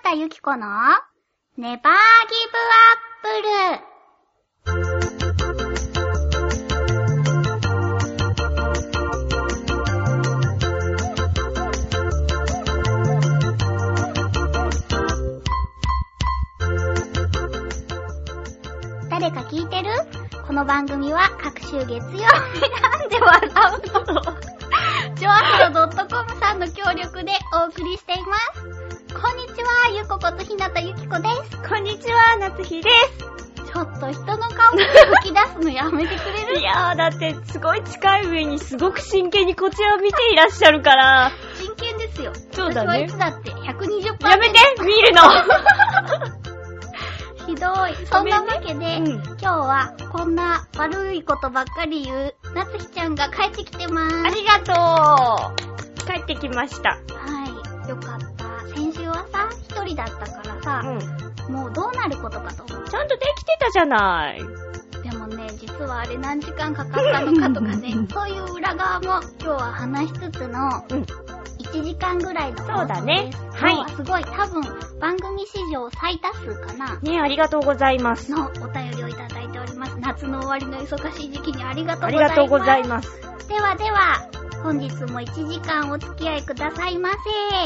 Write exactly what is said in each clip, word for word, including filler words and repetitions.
田ゆき子のネバーギブアップル。誰か聞いてる？この番組は各週月曜日なんで笑うのジョアヒロ .com さんの協力でお送りしています。こんにちは、ゆこことひなたゆきこです。 こんにちは、なつひです。 ちょっと人の顔で吹き出すのやめてくれる？ いやー、だってすごい近い上にすごく真剣にこちらを見ていらっしゃるから。 真剣ですよ。 そうだね。 私はいつだって ひゃくにじゅっパーセント。 やめて見るのひどい。そんなわけで、ね、うん、今日はこんな悪いことばっかり言うなつひちゃんが帰ってきてまーす。 ありがとう。帰ってきました。はい、よかった。先週はさ、一人だったからさ、うん、もうどうなることかと思う。 ちゃんとできてたじゃない。 でもね、実はあれ何時間かかったのかとかね、そういう裏側も今日は話しつつの、うん、いちじかんぐらいの放送です。 そうだね。 はい。今日はすごい多分番組史上最多数かな。 ね、ありがとうございます。 のお便りをいただいております。夏の終わりの忙しい時期にありがとうございます。ありがとうございます。 ではでは、本日もいちじかんお付き合いくださいませ。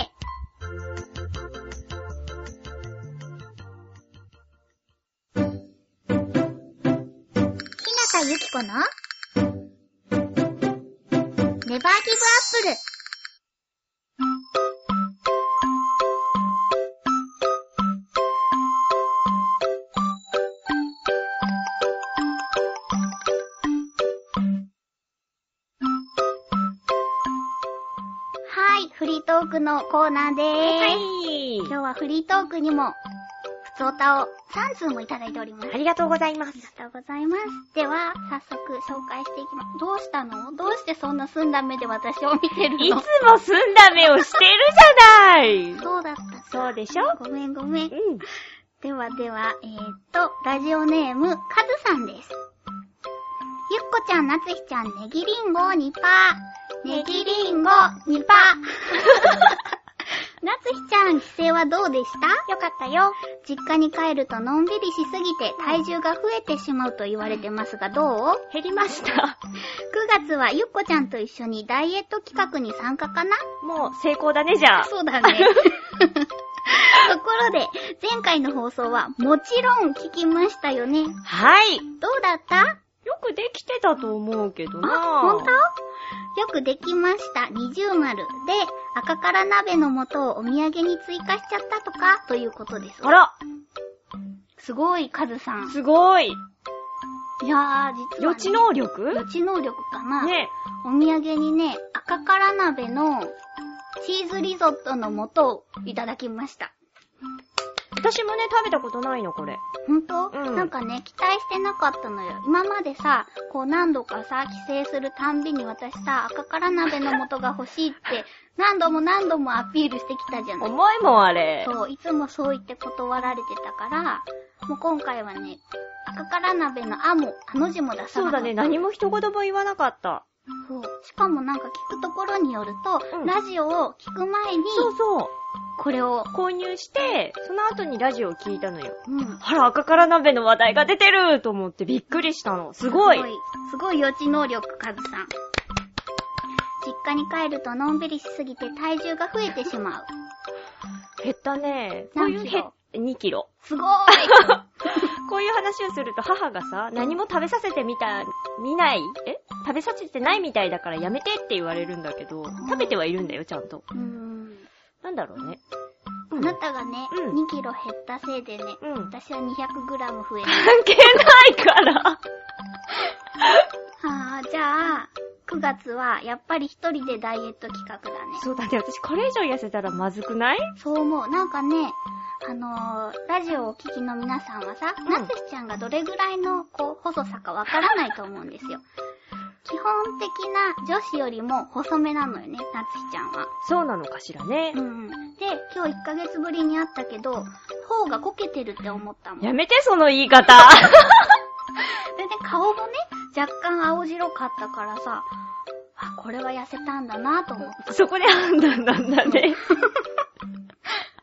ひなたゆきこのネバーギブアップル。はい、フリートークのコーナーでーす。はい。今日はフリートークにもふつおたをさんつうもいただいております。 ありがとうございます。 ありがとうございます。では、早速紹介していきます。どうしたの？どうしてそんな澄んだ目で私を見てるの？ いつも澄んだ目をしてるじゃない。 そうだった。 そうでしょ？ ごめんごめん。 うん。 ではでは、えーっと、ラジオネーム、カズさんです。ゆっこちゃん、なつひちゃん、ネギリンゴにパー。ネギリンゴにパー。なつひちゃん、帰省はどうでした？ よかったよ。 実家に帰るとのんびりしすぎて体重が増えてしまうと言われてますが、どう？ 減りました。 くがつはゆっこちゃんと一緒にダイエット企画に参加かな？ もう成功だね、じゃあ。 そうだね。ところで、前回の放送はもちろん聞きましたよね。 はい。 どうだった？ よくできてたと思うけどな。 あ、ほんと？よくできました。二重丸で赤から鍋の素をお土産に追加しちゃったとかということです。 あら、 すごい、カズさん。 すごい。 いやー、実は、ね、 予知能力？ 予知能力かな。 ね。 お土産にね、赤から鍋のチーズリゾットの素をいただきました。 私もね、食べたことないの、これ。 ほんと？ うん。 なんかね、期待してなかったのよ。今までさ、こう何度かさ、帰省するたんびに私さ、赤から鍋の素が欲しいって、何度も何度もアピールしてきたじゃない。 重いもん、あれ。 そう、いつもそう言って断られてたから、もう今回はね、赤から鍋のあも、あの字も出さなかった。 そうだね、何も一言も言わなかった。 そう。しかもなんか聞くところによると、うん、ラジオを聞く前に、 そうそう。 これを購入して、その後にラジオを聞いたのよ。 うん。 あら、赤から鍋の話題が出てると思ってびっくりしたの。すごい。 すごい、すごい予知能力、カズさん。実家に帰るとのんびりしすぎて体重が増えてしまう。 減ったね。 何キロ？ にキロ。 すごーい。 こういう話をすると母がさ、何も食べさせてみた、見ない？え？食べさせてないみたいだからやめてって言われるんだけど、うん、食べてはいるんだよ、ちゃんと。うーん。なんだろうね。 あなたがね、うん、にキロ減ったせいでね、うん、私はにひゃくグラム増えた。 関係ないからはぁ、あ、じゃあ、くがつはやっぱり一人でダイエット企画だね。 そうだね、私これ以上痩せたらまずくない？ そう思う。なんかね、あのー、ラジオをお聞きの皆さんはさ、うん、なつひちゃんがどれぐらいのこう細さかわからないと思うんですよ。基本的な女子よりも細めなのよね、なつひちゃんは。 そうなのかしらね。 うん。で、今日いっかげつぶりに会ったけど、頬がこけてるって思ったもん。 やめて、その言い方。 でね、顔もね、若干青白かったからさ、あ、これは痩せたんだなと思った。 そこで判断なんだね。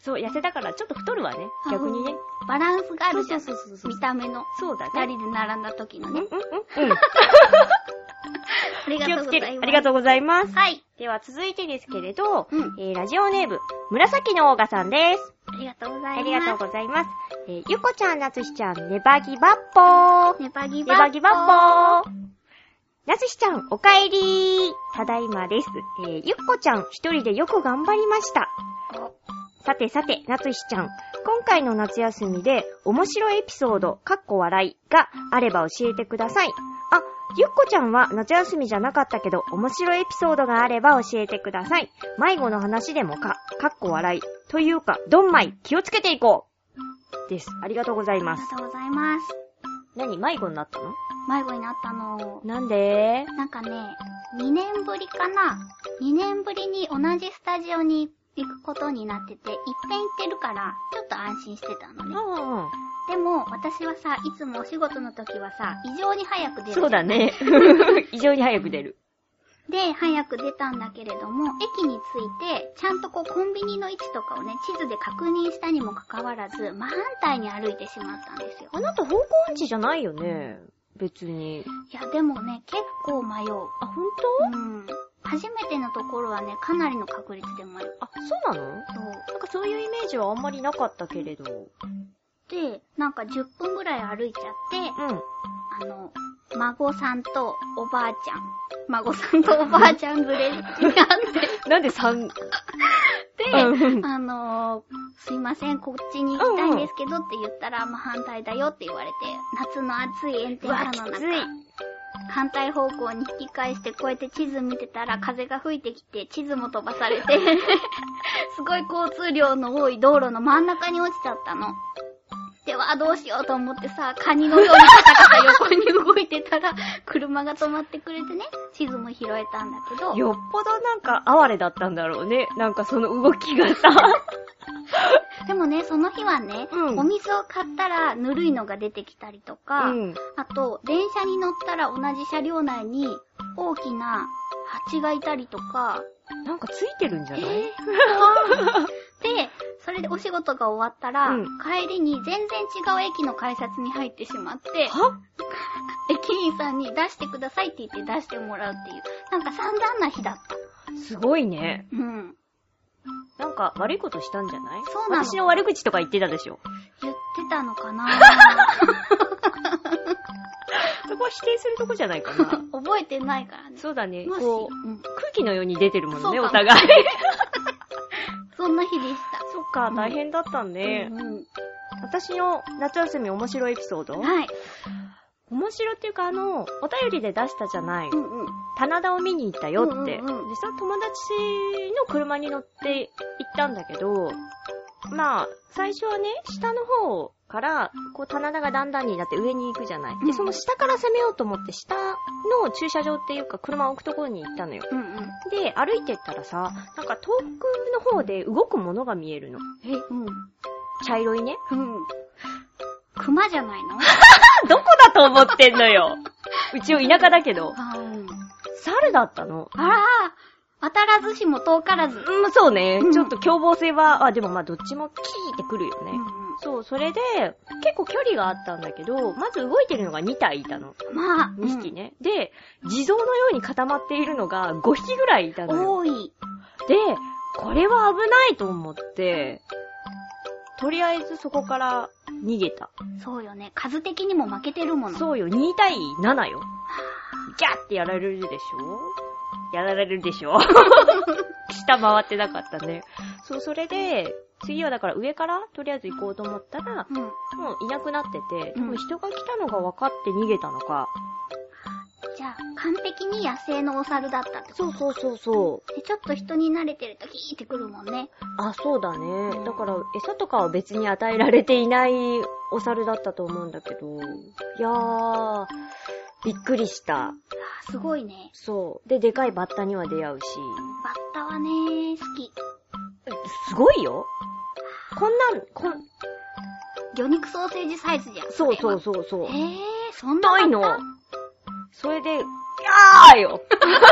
そう、痩せたからちょっと太るわね。逆にね。 バランスがあるじゃん。 そうそうそうそう。 見た目の。 そうだね。 二人で並んだ時のね。 うんうんうん。 ありがとうございます。 ありがとうございます。 はい。 では続いてですけれど、 うん、 えー、ラジオネーム、紫のオーガさんです。 ありがとうございます。 ありがとうございます。えー、ゆこちゃん、なつしちゃん、ネバギバッポー。 ネバギバッポー。 ネバギバッポー。なつしちゃん、おかえりー。ただいまです。えー、ゆっこちゃん、一人でよく頑張りました。さてさて、なつしちゃん、今回の夏休みで面白いエピソード、かっこ笑いがあれば教えてください。あ、ゆっこちゃんは夏休みじゃなかったけど、面白いエピソードがあれば教えてください。迷子の話でもか、かっこ笑い。というか、どんまい、気をつけていこうです。ありがとうございます。 ありがとうございます。 何、迷子になったの？ 迷子になったの。 なんで？ なんかね、にねんぶりかな ?に 年ぶりに同じスタジオに行くことになってて、いっぺん行ってるから、ちょっと安心してたのね。 うんうん。 でも、私はさ、いつもお仕事の時はさ、異常に早く出る。 そうだね。異常に早く出る。 で、早く出たんだけれども、駅に着いて、ちゃんとこうコンビニの位置とかをね、地図で確認したにもかかわらず、真反対に歩いてしまったんですよ。 あなた方向音痴じゃないよね。別に。 いや、でもね、結構迷う。 あ、ほんと？ うん。初めてのところはね、かなりの確率で迷う。 あ、そうなの？ そう。 なんかそういうイメージはあんまりなかったけれど。 で、なんかじゅっぷんぐらい歩いちゃって、 うん。 あの、孫さんとおばあちゃん。孫さんとおばあちゃん連れにあって。 なんで三で、 うん、あのー、すいません、こっちに行きたいんですけどって言ったら、うんうん、まあ、反対だよって言われて、夏の暑い炎天下の中、反対方向に引き返して、こうやって地図見てたら風が吹いてきて、地図も飛ばされて、すごい交通量の多い道路の真ん中に落ちちゃったの。ではどうしようと思ってさ、カニのようにカタカタ横に動いてたら、車が止まってくれてね、地図も拾えたんだけど。 よっぽどなんか哀れだったんだろうね。なんかその動きがさ。 でもね、その日はね、うん、お水を買ったらぬるいのが出てきたりとか、うん、あと、電車に乗ったら同じ車両内に大きな蜂がいたりとか。 なんかついてるんじゃない？えー、で、それでお仕事が終わったら、うん、帰りに全然違う駅の改札に入ってしまって、 は駅員さんに出してくださいって言って出してもらうっていう、なんか散々な日だった。 すごいね。 うん。 なんか悪いことしたんじゃない？ そうなの。 私の悪口とか言ってたでしょ。 言ってたのかなそこは否定するとこじゃないかな。 覚えてないからね。 そうだね。 こう、うん、空気のように出てるもんね、お互い。 そんな日でした。 そっか、大変だったね。 うんうん、 私の夏休み面白いエピソード？ はい。 面白っていうか、あの、お便りで出したじゃない。 うんうん。 棚田を見に行ったよって。うんうんうん、 でさ、友達の車に乗って行ったんだけど、まあ、最初はね、下の方から、こう、棚田がだんだんになって上に行くじゃない。で、その下から攻めようと思って、下の駐車場っていうか、車を置くところに行ったのよ。 うんうん、 で、歩いてったらさ、なんか遠くの方で動くものが見えるの。 え、うん。 茶色いね。 うん。熊じゃないの？ どこだと思ってんのよ。うちを田舎だけど。 うん、 猿だったの。 あらー。当たらずしも遠からず。 うん、そうね。うん、ちょっと凶暴性は、あ、でもまあどっちもキーってくるよね。 うんうん、 そう、それで、結構距離があったんだけど、まず動いてるのがにたいいたの。 まあ。 にひきね。うん、で、地蔵のように固まっているのがごひきぐらいいたのよ。 多い。 で、これは危ないと思って、とりあえずそこから逃げた。 そうよね。数的にも負けてるもの。 そうよ。にたいななよ。ギャーってやられるでしょ？やられるでしょ下回ってなかったね。そう、それで、次はだから上からとりあえず行こうと思ったら、 うん、 もういなくなってて、でも人が来たのが分かって逃げたのか。 じゃあ、完璧に野生のお猿だったってこと？ そうそうそうそう。 で、ちょっと人に慣れてるとキーってくるもんね。 あ、そうだね。 うん、 だから餌とかは別に与えられていないお猿だったと思うんだけど、いやー、びっくりした。 すごいね。 そう。で、でかいバッタには出会うし。 バッタはねー、好き。 すごいよ。こんなん、こん、 魚肉ソーセージサイズじゃん。 そうそうそうそう。 へー、そんなバッタ？ 太いの。それで、ギャーよ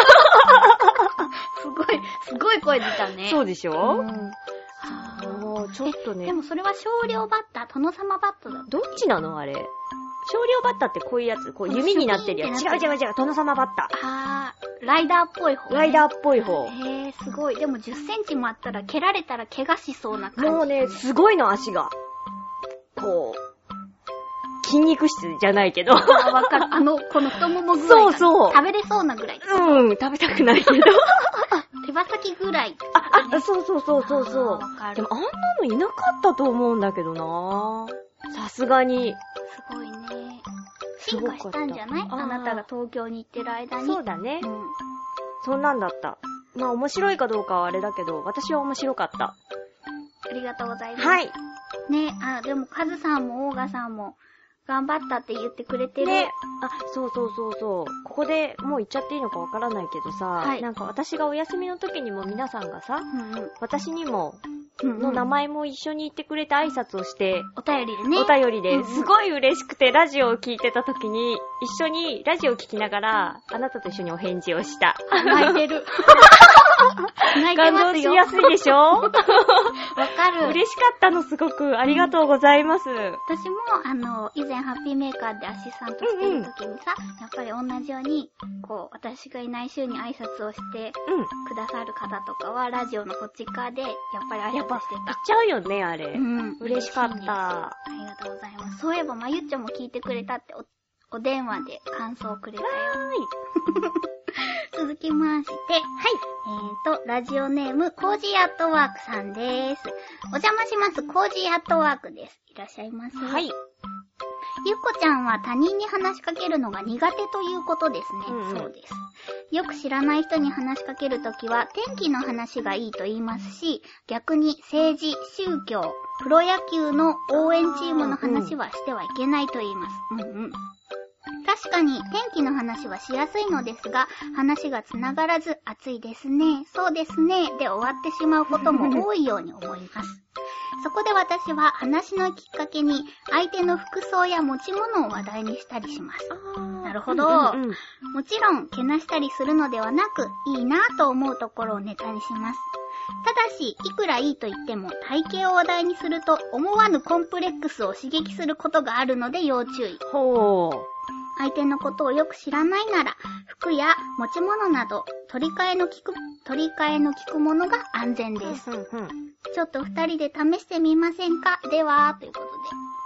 すごい、すごい声出たね。 そうでしょ？ うん、 そう、 ちょっとね。 でもそれは少量バッター、殿様バットだ。 どっちなのあれ。少量バッターってこういうやつ、こう弓になってるやつ。違う違う違う、殿様バッター。 あー、ライダーっぽい方、ね。 ライダーっぽい方。 へー、すごい。でもじゅっセンチもあったら蹴られたら怪我しそうな感じ。 もうね、すごいの足が。こう、筋肉質じゃないけど。 あ、わかる。あの、この太ももぐらい。 そうそう。 食べれそうなぐらい。 うん、食べたくないけど。 手羽先ぐらい。 あ、あ、そうそうそうそうそう。 わかる。 でもあんなのいなかったと思うんだけどな。さすがに。 すごいね。進化したんじゃない？ あ, あなたが東京に行ってる間に。 そうだね。 うん。 そんなんだった。まあ面白いかどうかはあれだけど、私は面白かった。 ありがとうございます。 はい。 ね、あ、でもカズさんもオーガさんも頑張ったって言ってくれてる。 ね。あ、そうそうそうそう。ここでもう言っちゃっていいのかわからないけどさ、はい、なんか私がお休みの時にも皆さんがさ、うんうん、私にも、の名前も一緒に言ってくれて挨拶をして、 お便りでね。 お便りで、すごい嬉しくてラジオを聞いてた時に、一緒にラジオを聞きながら、あなたと一緒にお返事をした。 泣いてる。泣いてますよ。 感動しやすいでしょ？わかる。 嬉しかったのすごく。ありがとうございます。 私も、あの、以前ハッピーメーカーでアシスタントしてる時にさ、うんうん、やっぱり同じように、こう、私がいない週に挨拶をしてくださる方とかは、ラジオのこっち側で、やっぱり挨拶してた。 言っちゃうよね、あれ。 うん。 嬉しかった。 ありがとうございます。そういえば、まゆっちょも聞いてくれたってお、お電話で感想をくれたよ。続きまして、はい。えーと、ラジオネーム、コージーアットワークさんです。お邪魔します、コージーアットワークです。いらっしゃいます。 はい。 ゆっこちゃんは他人に話しかけるのが苦手ということですね。うんうん、そうです。よく知らない人に話しかけるときは天気の話がいいと言いますし、逆に政治、宗教、プロ野球の応援チームの話はしてはいけないと言います。うんうん。確かに天気の話はしやすいのですが、話がつながらず暑いですね、そうですねで終わってしまうことも多いように思います。そこで私は話のきっかけに相手の服装や持ち物を話題にしたりします。なるほど、うんうんうん。もちろんけなしたりするのではなく、いいなぁと思うところをネタにします。ただし、いくらいいと言っても体型を話題にすると思わぬコンプレックスを刺激することがあるので要注意。 ほう。 相手のことをよく知らないなら、服や持ち物など取り替えの効く、取り替えの効くものが安全です。うんうん、ちょっと二人で試してみませんか？では、ということで。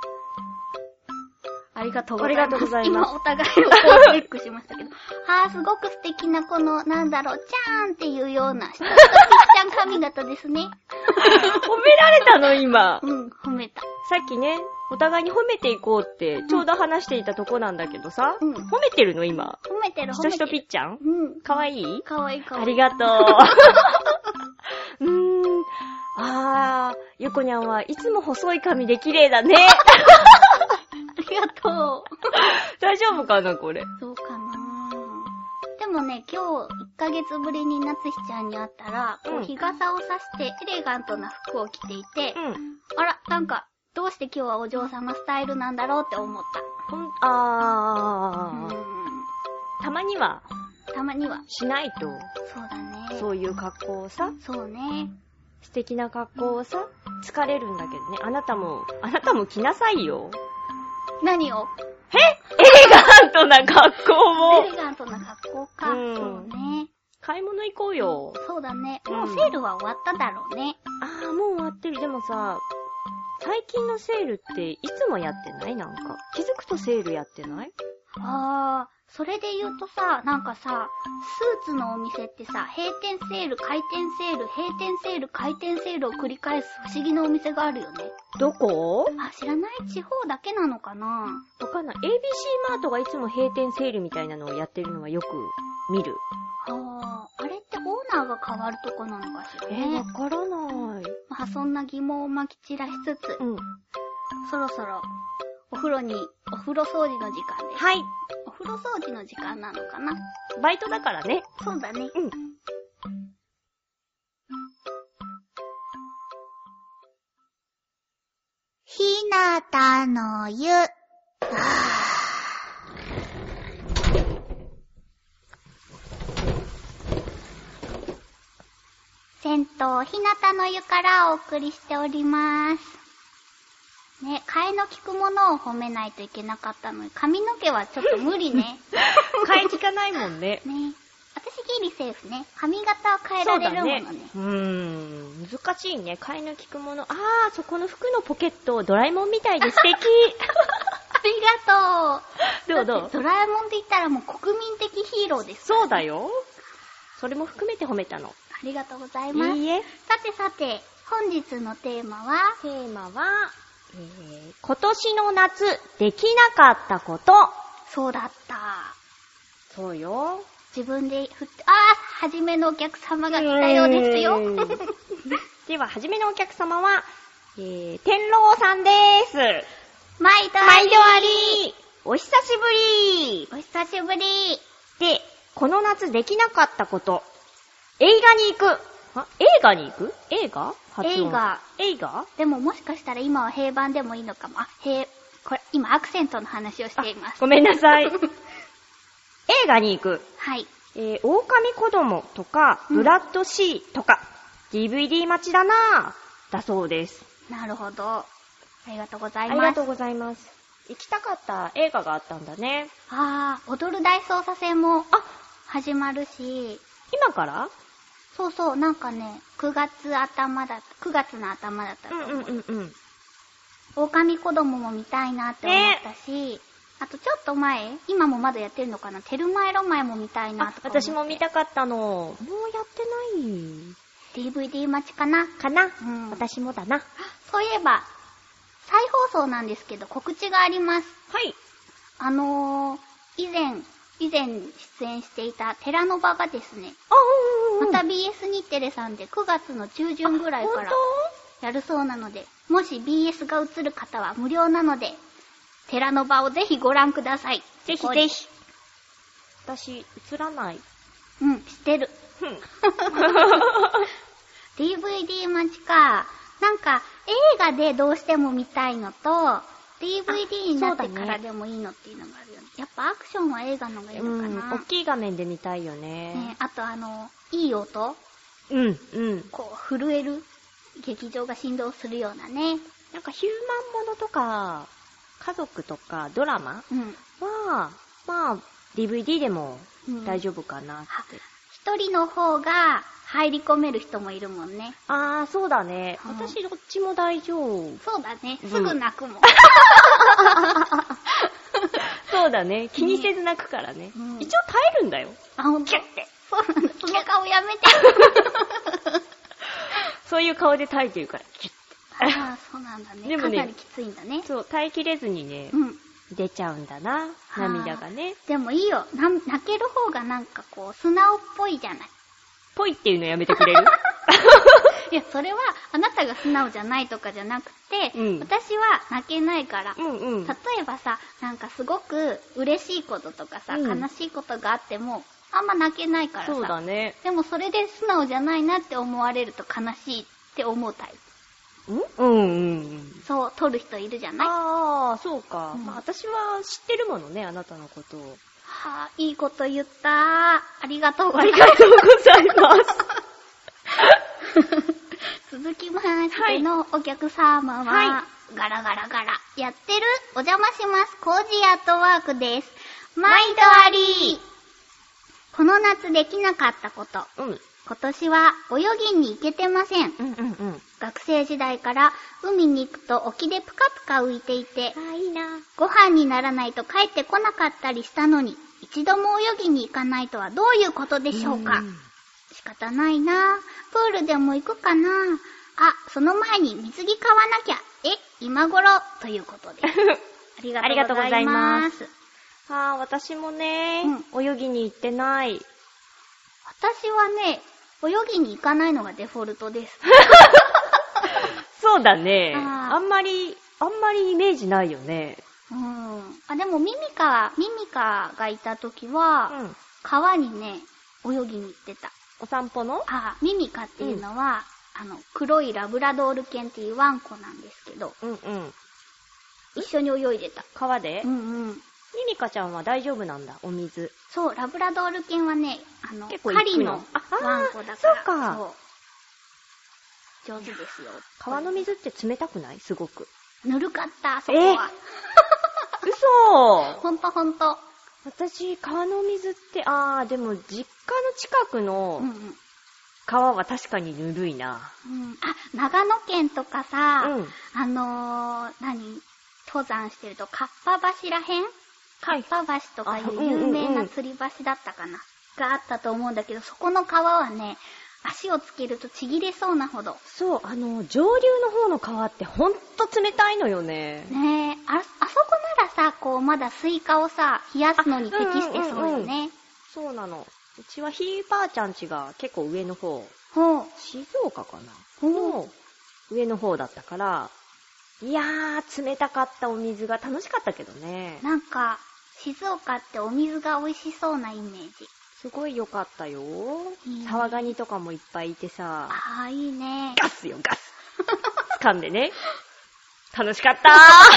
ありがとうございます。 ありがとうございます。 今お互いをこうチェックしましたけど。はぁ、すごく素敵なこの、なんだろう、ちゃーんっていうような、しとしとぴっちゃん髪型ですね。 褒められたの今。 うん、褒めた。 さっきね、お互いに褒めていこうって、ちょうど話していたとこなんだけどさ。うん、褒めてるの今。 褒めてる、褒めてる。 しとしとぴっちゃん？うん。かわいい？ かわいいかわいい。 ありがとう。うーん。あー、ゆこにゃんはいつも細い髪で綺麗だね。 ありがとう。 大丈夫かなこれ。 そうかな。でもね、今日いっかげつぶりになつひちゃんに会ったら、こう日傘をさしてエレガントな服を着ていて、うん、あら、なんか、どうして今日はお嬢様スタイルなんだろうって思った。 ほん、あー、うん。たまには。 たまには。 しないと。 そうだね。 そういう格好をさ。 そうね。 素敵な格好をさ、疲れるんだけどね。あなたも、あなたも着なさいよ。 何を？ え？エレガントな格好を。 エレガントな格好か。うん、そうね。 買い物行こうよ。 そうだね。もうセールは終わっただろうね。 うん、あー、もう終わってる。でもさ、最近のセールっていつもやってない？なんか。気づくとセールやってない？ あー。それで言うとさ、なんかさ、スーツのお店ってさ、閉店セール、開店セール、閉店セール、開店セールを繰り返す不思議なお店があるよね。 どこ？ あ、知らない？地方だけなのかな？ わかんない。エービーシー マートがいつも閉店セールみたいなのをやってるのはよく見る。 あー、あれってオーナーが変わるとこなのかしらね。 えー、わからない。 まあ、そんな疑問をまき散らしつつ、うん、そろそろお風呂に、お風呂掃除の時間です。 はい。 お風呂掃除の時間なのかな？ バイトだからね。 そうだね。 うん。 ひなたの湯。はぁ。せ銭湯ひなたの湯からお送りしております。ね、替えの利くものを褒めないといけなかったのに、髪の毛はちょっと無理ね。 替え利かないもんね。 ね。私ギリセーフね。髪型を変えられるものね。 そうだね。うーん。難しいね。替えの利くもの。あー、そこの服のポケット、ドラえもんみたいで素敵。 ありがとう。 どうどう？ ドラえもんって言ったらもう国民的ヒーローです。 そうだよ。それも含めて褒めたの。 ありがとうございます。 いいえ。 さてさて、本日のテーマは、 テーマは、えー、今年の夏できなかったこと。 そうだった。 そうよ。 自分で振って、あー、はじめのお客様が来たようですよ。 では、はじめのお客様は、えー、天狼さんでーす。 毎度あり。 毎度あり。お久しぶり。 お久しぶり。 で、この夏できなかったこと。映画に行く。あ、映画に行く？映画？ 映画。 映画？ でももしかしたら今は平板でもいいのかも。あ、平、これ、今アクセントの話をしています。 ごめんなさい。映画に行く。 はい。 えー、狼子供とか、ブラッドシーとか、うん、ディーブイディー 待ちだなぁ、だそうです。 なるほど。ありがとうございます。 ありがとうございます。行きたかった映画があったんだね。 あー、踊る大捜査線も、あ、始まるし。 今から？ そうそう、なんかね、くがつ頭だった、くがつの頭だったと思う。 うんうんうんうん。 狼子供も見たいなって思ったし、ね、あとちょっと前、今もまだやってるのかな、テルマエロマエも見たいなとか思って。 私も見たかったの。もうやってない。 ディーブイディー 待ちかなかな、 うん、 私もだな。 そういえば、再放送なんですけど告知があります。 はい。 あのー、以前、以前出演していたテラノバがですね、 あ、うんうんうん、 また ビーエス 日テレさんでくがつの中旬ぐらいからやるそうなので、もし ビーエス が映る方は無料なので、テラノバをぜひご覧ください。 ぜひぜひ。私、映らない。 うん、知ってる。ディーブイディー 待ちか。なんか、映画でどうしても見たいのと、ディーブイディー になってからでもいいのっていうのがあるよね。やっぱアクションは映画の方がいいのかな。 うん、大きい画面で見たいよね。 ね、あとあの、いい音？ うん、うん。 こう、震える劇場が振動するようなね。 なんかヒューマンものとか、家族とかドラマ、うん、は、まあ、ディーブイディー でも大丈夫かなって。 一、うん、人の方が入り込める人もいるもんね。 あー、そうだね。うん、私どっちも大丈夫。 そうだね。すぐ泣くもん。うん、 そうだね。気にせず泣くからね。うん、一応耐えるんだよ。 あ、ほんと？キュッて。そうなんだ。その顔やめて。 そういう顔で耐えてるから、キュッて。 ああ、そうなんだね。でもね、かなりきついんだね。 そう、耐えきれずにね、うん、出ちゃうんだな、涙がね。 でもいいよ。な泣ける方がなんかこう、素直っぽいじゃない。 ぽいっていうのやめてくれる？ いや、それはあなたが素直じゃないとかじゃなくて、うん、私は泣けないから、うんうん、例えばさ、なんかすごく嬉しいこととかさ、うん、悲しいことがあっても、あんま泣けないからさ。 そうだね。 でもそれで素直じゃないなって思われると悲しいって思うタイプ。 ん？うんうん。 そう、撮る人いるじゃない？ ああ、そうか。うん、まあ、私は知ってるものね、あなたのことを。 はあ、いいこと言ったー。ありがとうございます。 ありがとうございます。 続きましてのお客様は、はい、ガラガラガラ。やってる？お邪魔します。コージーアットワークです。毎度あり。この夏できなかったこと。うん。今年は泳ぎに行けてません。うんうんうん。学生時代から海に行くと沖でぷかぷか浮いていて、 あ、いいな。 ご飯にならないと帰ってこなかったりしたのに、一度も泳ぎに行かないとはどういうことでしょうか。うん、仕方ないな。プールでも行くかな。あ、その前に水着買わなきゃ。え、今頃ということで。ありがとうございます。 ああ、私もね、うん、泳ぎに行ってない。 私はね、泳ぎに行かないのがデフォルトです。 そうだね。あ, あんまり、あんまりイメージないよね。 うん。あ、でもミミカ、ミミカがいた時は、うん、川にね、泳ぎに行ってた。 お散歩の？ あ、ミミカっていうのは、うん、あの、黒いラブラドール犬っていうワンコなんですけど、うんうん。一緒に泳いでた。 川で？ うんうん。 ミミカちゃんは大丈夫なんだ、お水。 そう、ラブラドール犬はね、あの、狩りのワンコだから。 そうか。そう。 上手ですよ。 川の水って冷たくない？すごく。 ぬるかった、そこは。 嘘。 ほんとほんと。 私、川の水って、あー、でも、実家の近くのうんうん、 川は確かにぬるいな。 うん、あ、長野県とかさ、 うん、 あのー、何登山してると、かっぱ橋らへんかっぱ橋とかいう有名な吊り橋だったかな、があったと思うんだけど、そこの川はね、足をつけるとちぎれそうなほど。 そう、あの、上流の方の川ってほんと冷たいのよね。 ねえ、あ、あそこならさ、こう、まだスイカをさ、冷やすのに適してそうよね。うんうんうんうん、 そうなの。うちはひいばあちゃん家が結構上の方。 ほう。 静岡かなの上の方だったから、いやー、冷たかったお水が楽しかったけどね。 なんか、静岡ってお水が美味しそうなイメージ。 すごい良かったよ。 いいね、 サワガニとかもいっぱいいてさ。 あー、いいね。 ガスよ、ガス。掴んでね。楽しかった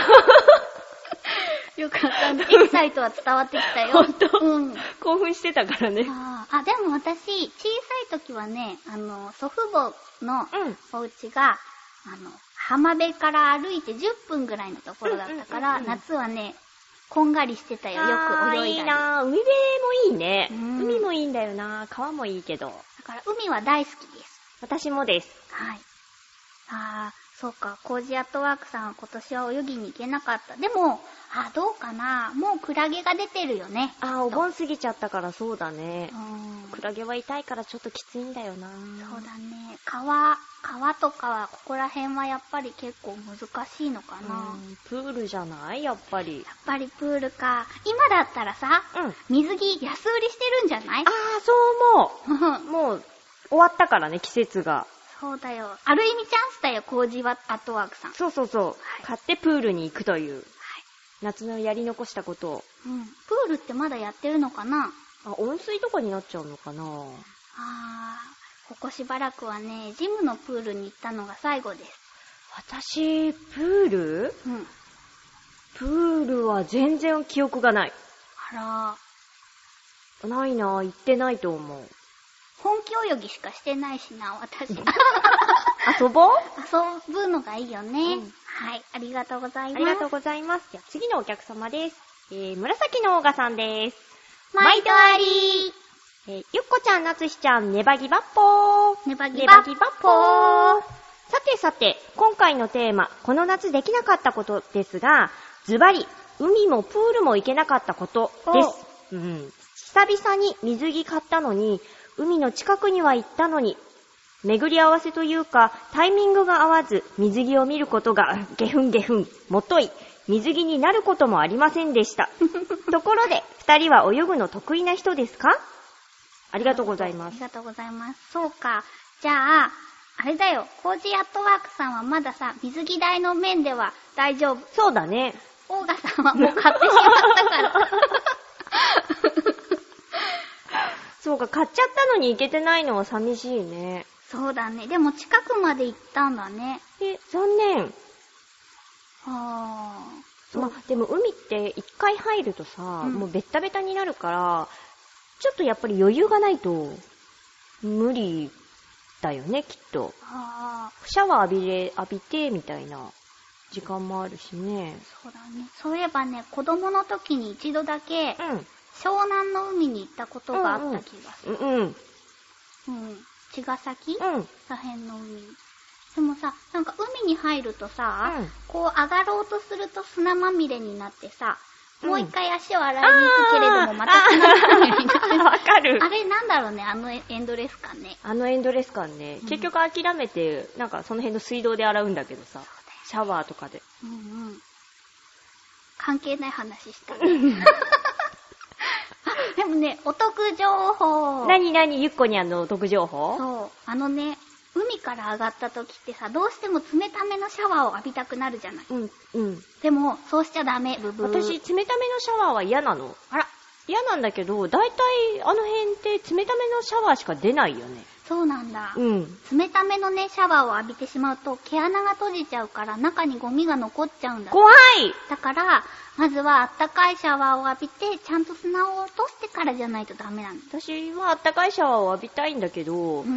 ー。よかったね。エキサイトは伝わってきたよ。 ほんと、 うん。 興奮してたからね。 あ, あ、でも私、小さい時はね、あの、祖父母のお家が、うん、あの、浜辺から歩いてじゅっぷんぐらいのところだったから、うんうんうんうん、夏はね、こんがりしてたよ。よく泳いだり。 いいなぁ。海辺もいいね、うん。海もいいんだよな。川もいいけど。だから海は大好きです。 私もです。 はい。あー、そうか。コージアットワークさんは今年は泳ぎに行けなかった。でも、あ、どうかな。もうクラゲが出てるよね。 あ、お盆過ぎちゃったからそうだね。 うん。 クラゲは痛いからちょっときついんだよな。 そうだね。川、川とかはここら辺はやっぱり結構難しいのかな。 うん、プールじゃないやっぱり。 やっぱりプールか。今だったらさ、うん、水着安売りしてるんじゃない？ ああ、そう思う。もう終わったからね、季節が。 そうだよ。ある意味チャンスだよ、コージアットワークさん。 そうそうそう。はい、買ってプールに行くという。はい、夏のやり残したことを。 うん。プールってまだやってるのかな？ あ、温水とかになっちゃうのかな？ あー、ここしばらくはね、ジムのプールに行ったのが最後です。 私、プール？うん。プールは全然記憶がない。 あら。ないな、行ってないと思う。 本気泳ぎしかしてないしな、私。 遊ぼう？ 遊ぶのがいいよね、うん。はい、ありがとうございます。 ありがとうございます。じゃあ次のお客様です。えー、紫のオーガさんです。 毎度ありー。えー、ゆっこちゃん、なつひちゃん、ねばぎばっぽー。 ねばぎばっぽー。 さてさて、今回のテーマ、この夏できなかったことですが、ズバリ、海もプールも行けなかったことです。うん。久々に水着買ったのに、海の近くには行ったのに、巡り合わせというか、タイミングが合わず、水着を見ることが、ゲフンゲフン、もとい、水着になることもありませんでした。ところで、二人は泳ぐの得意な人ですか？ありがとうございます。 ありがとうございます。そうか。じゃあ、あれだよ、コージアットワークさんはまださ、水着代の面では大丈夫。 そうだね。 オーガさんはもう買ってしまったから。 そうか、買っちゃったのに行けてないのは寂しいね。 そうだね。でも近くまで行ったんだね。 え、残念。 はぁ。ま、でも海って一回入るとさ、うん、もうベッタベタになるから、ちょっとやっぱり余裕がないと、無理だよね、きっと。 はぁ。 シャワー浴びれ、浴びて、みたいな時間もあるしね。 そうだね。そういえばね、子供の時に一度だけ、うん、湘南の海に行ったことがあった気がする。 うんうん。うん。 茅ヶ崎、 うん、 らへんの海に。でもさ、なんか海に入るとさ、うん、こう上がろうとすると砂まみれになってさ、うん、もう一回足を洗いに行くけれどもまた砂まみれになってわかる。 あれなんだろうね、あのエンドレス感ね。 あのエンドレス感ね。うん、結局諦めて、なんかその辺の水道で洗うんだけどさ、シャワーとかで。 うんうん。関係ない話したね。でもね、お得情報。 なになにゆっこにあのお得情報？ そう。あのね、海から上がった時ってさ、どうしても冷ためのシャワーを浴びたくなるじゃない。 うん、うん。 でも、そうしちゃダメ、ブブー。 私、冷ためのシャワーは嫌なの。 あら。 嫌なんだけど、だいたいあの辺って冷ためのシャワーしか出ないよね。 そうなんだ。 うん。 冷ためのね、シャワーを浴びてしまうと、毛穴が閉じちゃうから、中にゴミが残っちゃうんだ。 怖い！ だから、まずはあったかいシャワーを浴びて、ちゃんと砂を落としてからじゃないとダメなの。 私はあったかいシャワーを浴びたいんだけど、うん、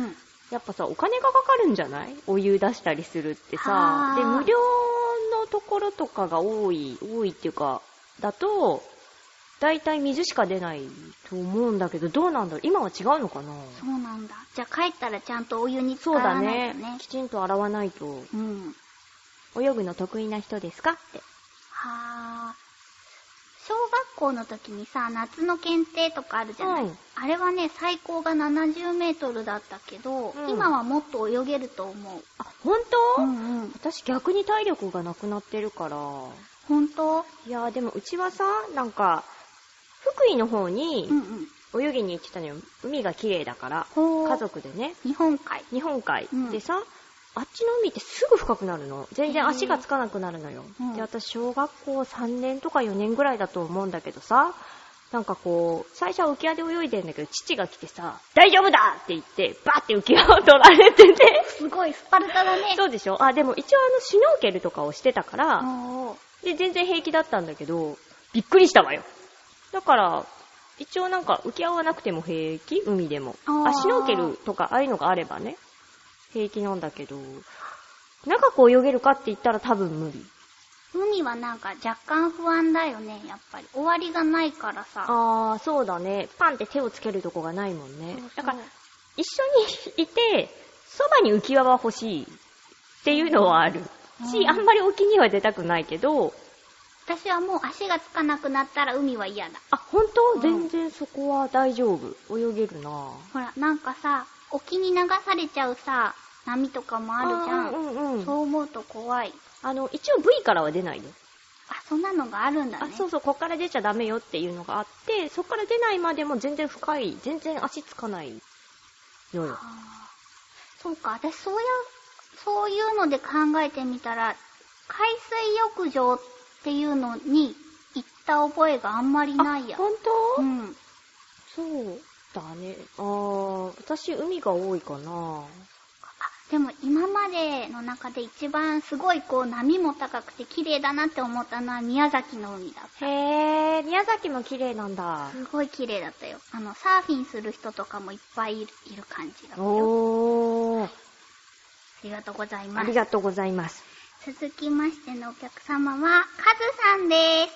やっぱさ、お金がかかるんじゃない？お湯出したりするってさ。で、無料のところとかが多い、多いっていうか、だと、だいたい水しか出ないと思うんだけど、どうなんだろう？今は違うのかな？ そうなんだ。じゃあ帰ったらちゃんとお湯に使わないとね。 そうだね。きちんと洗わないと。 うん。 泳ぐの得意な人ですかって。 はぁ。小学校の時にさ、夏の検定とかあるじゃない、うん、あれはね、最高がななじゅうメートルだったけど、うん、今はもっと泳げると思う。 あ、ほんと？ うんうん。 私逆に体力がなくなってるから。 ほんと？ いやーでもうちはさ、なんか、福井の方に泳ぎに行ってたのよ。海が綺麗だから。家族でね。 日本海。 日本海。うん、でさ、あっちの海ってすぐ深くなるの。全然足がつかなくなるのよ。うん、で、私小学校さんねんとかよねんぐらいだと思うんだけどさ、なんかこう、最初は浮き輪で泳いでんだけど、父が来てさ、大丈夫だって言って、バーって浮き輪を取られてて。 すごいスパルタだね。 そうでしょ？あ、でも一応あの、シュノーケルとかをしてたから、で、全然平気だったんだけど、びっくりしたわよ。だから、一応なんか浮き輪はなくても平気？海でも。あ、シュノーケルとかああいうのがあればね。平気なんだけど、長く泳げるかって言ったら多分無理。 海はなんか若干不安だよね、やっぱり。終わりがないからさ。 ああ、そうだね。パンって手をつけるとこがないもんね。そうそう。だから、一緒にいて、そばに浮き輪は欲しいっていうのはある。うん、し、あんまり沖には出たくないけど、 私はもう足がつかなくなったら海は嫌だ。 あ、ほんと？うん、全然そこは大丈夫。泳げるな。 ほら、なんかさ、沖に流されちゃうさ、波とかもあるじゃん。うんうん、そう思うと怖い。 あの、一応 ブイ からは出ないよ。 あ、そんなのがあるんだね。 あ、そうそう、こっから出ちゃダメよっていうのがあって、そっから出ないまでも全然深い、全然足つかないのよ。はあ、 そうか、私そういう、そういうので考えてみたら、海水浴場っていうのに行った覚えがあんまりないや。 ほんと？ うん。 そうだね。あー、私海が多いかな。 でも今までの中で一番すごいこう波も高くて綺麗だなって思ったのは宮崎の海だった。 へー、宮崎も綺麗なんだ。 すごい綺麗だったよ。あの、サーフィンする人とかもいっぱいいる、いる感じだったよ。 おー。ありがとうございます。 ありがとうございます。 続きましてのお客様は、カズさんです。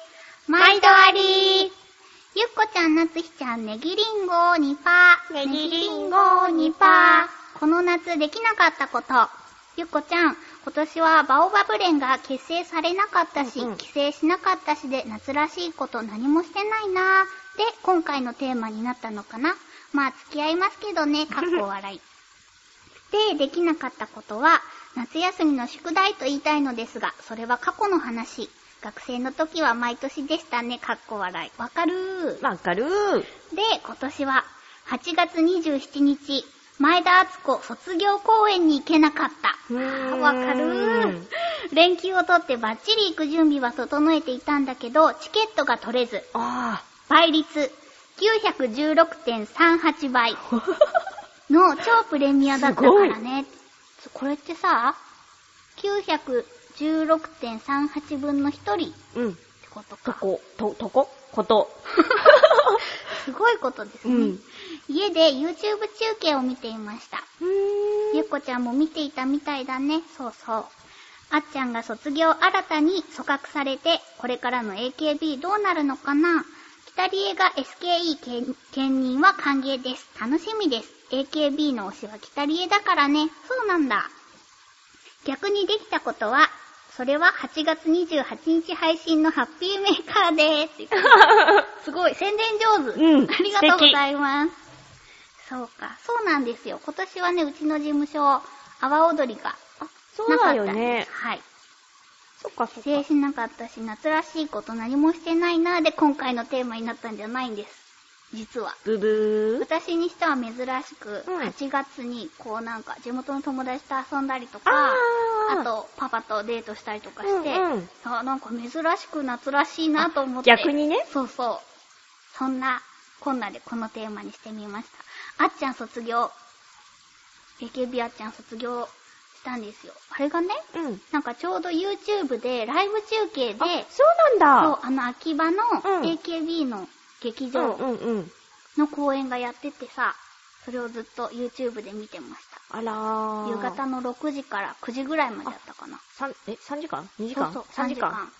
毎度ありー。ゆっこちゃん、なつひちゃん、ネギリンゴにパー。ネギリンゴにパー。この夏できなかったこと。ゆっこちゃん、今年はバオバブ連が結成されなかったし、うんうん、帰省しなかったしで夏らしいこと何もしてないなー。で、今回のテーマになったのかな。まあ、付き合いますけどね、かっこ笑い。で、できなかったことは、夏休みの宿題と言いたいのですが、それは過去の話。学生の時は毎年でしたね、かっこ笑い。わかるー。 わかるー。 で、今年は、はちがつにじゅうしちにち、前田敦子卒業公演に行けなかった。わかるー。連休を取ってバッチリ行く準備は整えていたんだけど、チケットが取れず、 あ倍率 きゅうひゃくじゅうろくてんさんはち 倍の超プレミアだったからね。これってさ、きゅうひゃくじゅうろくてんさんはちぶんのひとりってことか。 とこ、と、とここと。 すごいことですね。うん、家で YouTube 中継を見ていました。 うーんゆっこちゃんも見ていたみたいだね。そうそう。あっちゃんが卒業新たに組閣されて、これからの エーケービー どうなるのかな。北リエが エスケーイー 兼任は歓迎です。楽しみです。エーケービー の推しは北リエだからね。そうなんだ。逆にできたことは、それははちがつにじゅうはちにち配信のハッピーメーカーでーす。すごい、宣伝上手。 うん。 ありがとうございます。そうか、そうなんですよ。今年はね、うちの事務所、阿波踊りがあ、そうだよね。 はい。 そっかそっか。 帰省しなかったし、夏らしいこと何もしてないなーで今回のテーマになったんじゃないんです。実は。 ブブー。 私にしては珍しく、うん、はちがつにこうなんか地元の友達と遊んだりとか、あ, あとパパとデートしたりとかして、うんうん、あなんか珍しく夏らしいなと思って。 逆にね。 そうそう。そんなこんなでこのテーマにしてみました。あっちゃん卒業。エーケービー あっちゃん卒業したんですよ。あれがね、うん、なんかちょうど YouTube でライブ中継で、あ、 そうなんだ。 そう、あの秋葉の エーケービー の劇場の公演がやっててさ、それをずっと YouTube で見てました。 あらー。 夕方のろくじからくじぐらいまでやったかな。 さん、え、さんじかん ?に 時間そうそう、 さん 3 時間。 時間。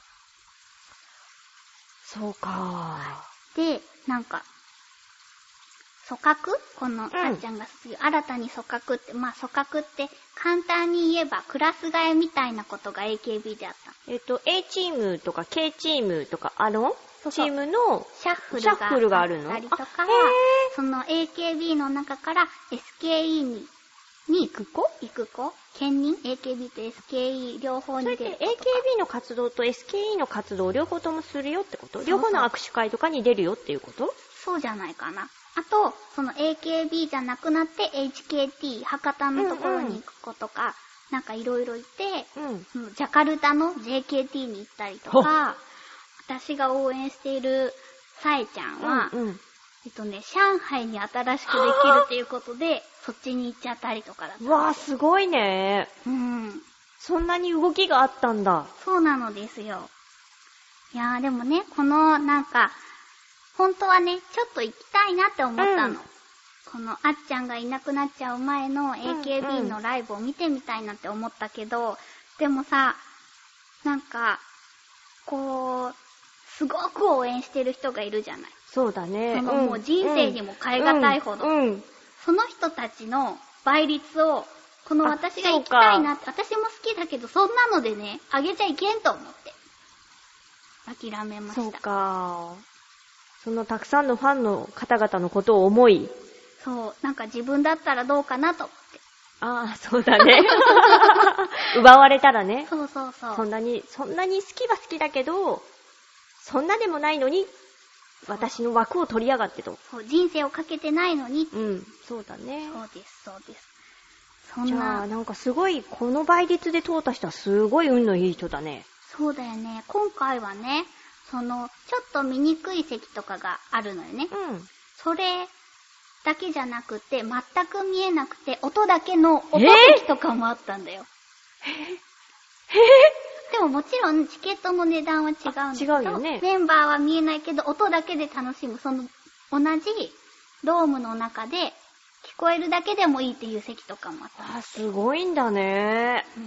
そうかー。で、なんか、組閣この、あっちゃんが卒業、うん、新たに組閣って、まあ組閣って簡単に言えばクラス替えみたいなことが エーケービー であった。 えっと、A チームとか K チームとかあのチームのシャッフルが、 シャッフルがあるの？ あったりとか、その エーケービー の中から エスケーイー に、に行く子行く子兼任 エーケービー と エスケーイー 両方に出る。それってエーケービー の活動と エスケーイー の活動両方ともするよってこと？両方の握手会とかに出るよっていうこと？ そうじゃないかな。あと、その エーケービー じゃなくなって エイチケーティー、博多のところに行く子とか、うんうん、なんかいろいろいて、うん、ジャカルタの ジェーケーティー に行ったりとか、私が応援しているさえちゃんは、うんうん、えっとね、上海に新しくできるっていうことで、そっちに行っちゃったりとかだった。 うわぁ、すごいね。 うん。 そんなに動きがあったんだ。 そうなのですよ。いやーでもね、このなんか、本当はね、ちょっと行きたいなって思ったの。うん、このあっちゃんがいなくなっちゃう前の エーケービー のライブを見てみたいなって思ったけど、うんうん、でもさ、なんか、こう、すごく応援してる人がいるじゃない。 そうだね。 そのもう人生にも変え難いほど、うんうん。その人たちの倍率を、この私が行きたいなって、私も好きだけど、そんなのでね、あげちゃいけんと思って。諦めました。 そうか。そのたくさんのファンの方々のことを思い。 そう、なんか自分だったらどうかなと思って。 ああ、そうだね。奪われたらね。 そうそうそう。 そんなに、そんなに好きは好きだけど、そんなでもないのに、私の枠を取りやがってと。 そう、人生をかけてないのに。 うん、そうだね。 そうです、そうです。そんな。 じゃあ、なんかすごい、この倍率で通った人はすごい運のいい人だね。 そうだよね。今回はね、その、ちょっと見にくい席とかがあるのよね。うん。それだけじゃなくて、全く見えなくて、音だけの音席とかもあったんだよ。 へぇ、へぇでももちろんチケットの値段は違うんだけど、 違うよね。 メンバーは見えないけど、音だけで楽しむ。その、同じドームの中で、聞こえるだけでもいいっていう席とかもあった。 あ、すごいんだね。 うん。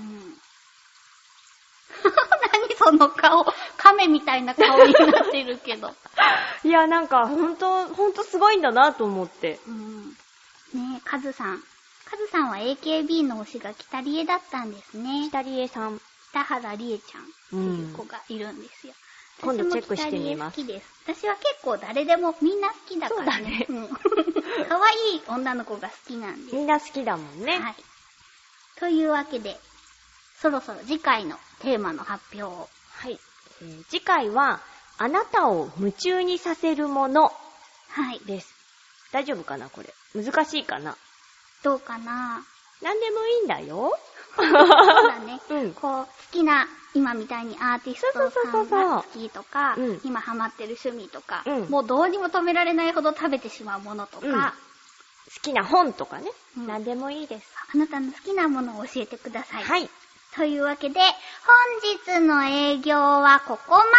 何その顔、亀みたいな顔になってるけど。 いや、なんか、ほんと、ほんとすごいんだなと思って。 うん。ねえ、カズさん。カズさんは エーケービー の推しが北理恵だったんですね。 北理恵さん。 北原理恵ちゃんっていう子がいるんですよ。 うん、今度チェックしてみます。 私も北理恵好きです。私は結構誰でもみんな好きだからね。そうだね。うん。可愛い女の子が好きなんです。 みんな好きだもんね。 はい。というわけで、そろそろ次回のテーマの発表を。 はい。えー、次回は、あなたを夢中にさせるもの。 はい。 です。大丈夫かなこれ。難しいかなどうかな何でもいいんだよ。 そうだね。 うん。 こう、好きな、今みたいにアーティストさんが好きとか、うん、今ハマってる趣味とか、うん、もうどうにも止められないほど食べてしまうものとか、うん、好きな本とかね、うん。何でもいいです。 あなたの好きなものを教えてください。 はい。 というわけで、本日の営業はここまで。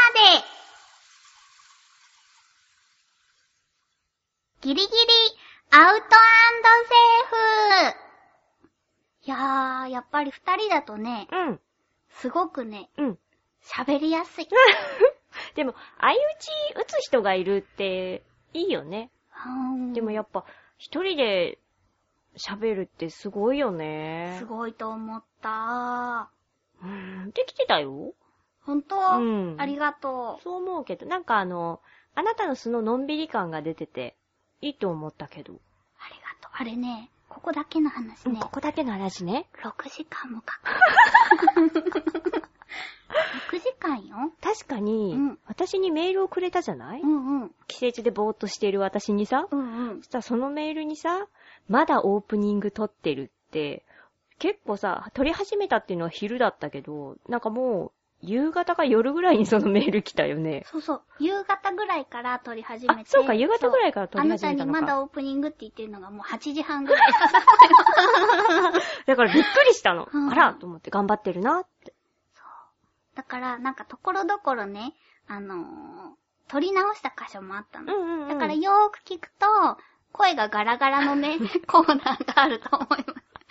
ギリギリ、アウト&セーフ。いやー、やっぱり二人だとね、うん。すごくね、うん。喋りやすい。 でも、相打ち打つ人がいるって、いいよね。でもやっぱ、一人で喋るってすごいよね。 すごいと思ったー。うん、できてたよ。 ほんと？うん。ありがとう。 そう思うけど、なんかあの、あなたの素ののんびり感が出てて、いいと思ったけど。 ありがとう。あれね、ここだけの話ね。うん、 ここだけの話ね。 ろくじかんもかかる。ろくじかんよ。 確かに、うん、私にメールをくれたじゃない？ うんうん。 季節でぼーっとしている私にさ。 うんうん。 そしたらそのメールにさ、まだオープニング撮ってるって、結構さ、撮り始めたっていうのは昼だったけど、なんかもう、夕方か夜ぐらいにそのメール来たよね。 そうそう。夕方ぐらいから撮り始めて。 あ、そうか、夕方ぐらいから撮り始めたのか。 あなたにまだオープニングって言ってるのがもうはちじはんぐらいだっただからびっくりしたの。うん、あらと思って頑張ってるなって。 そう。だから、なんかところどころね、あのー、撮り直した箇所もあったの。うんうんうん、だからよーく聞くと、声がガラガラのね、コーナーがあると思います。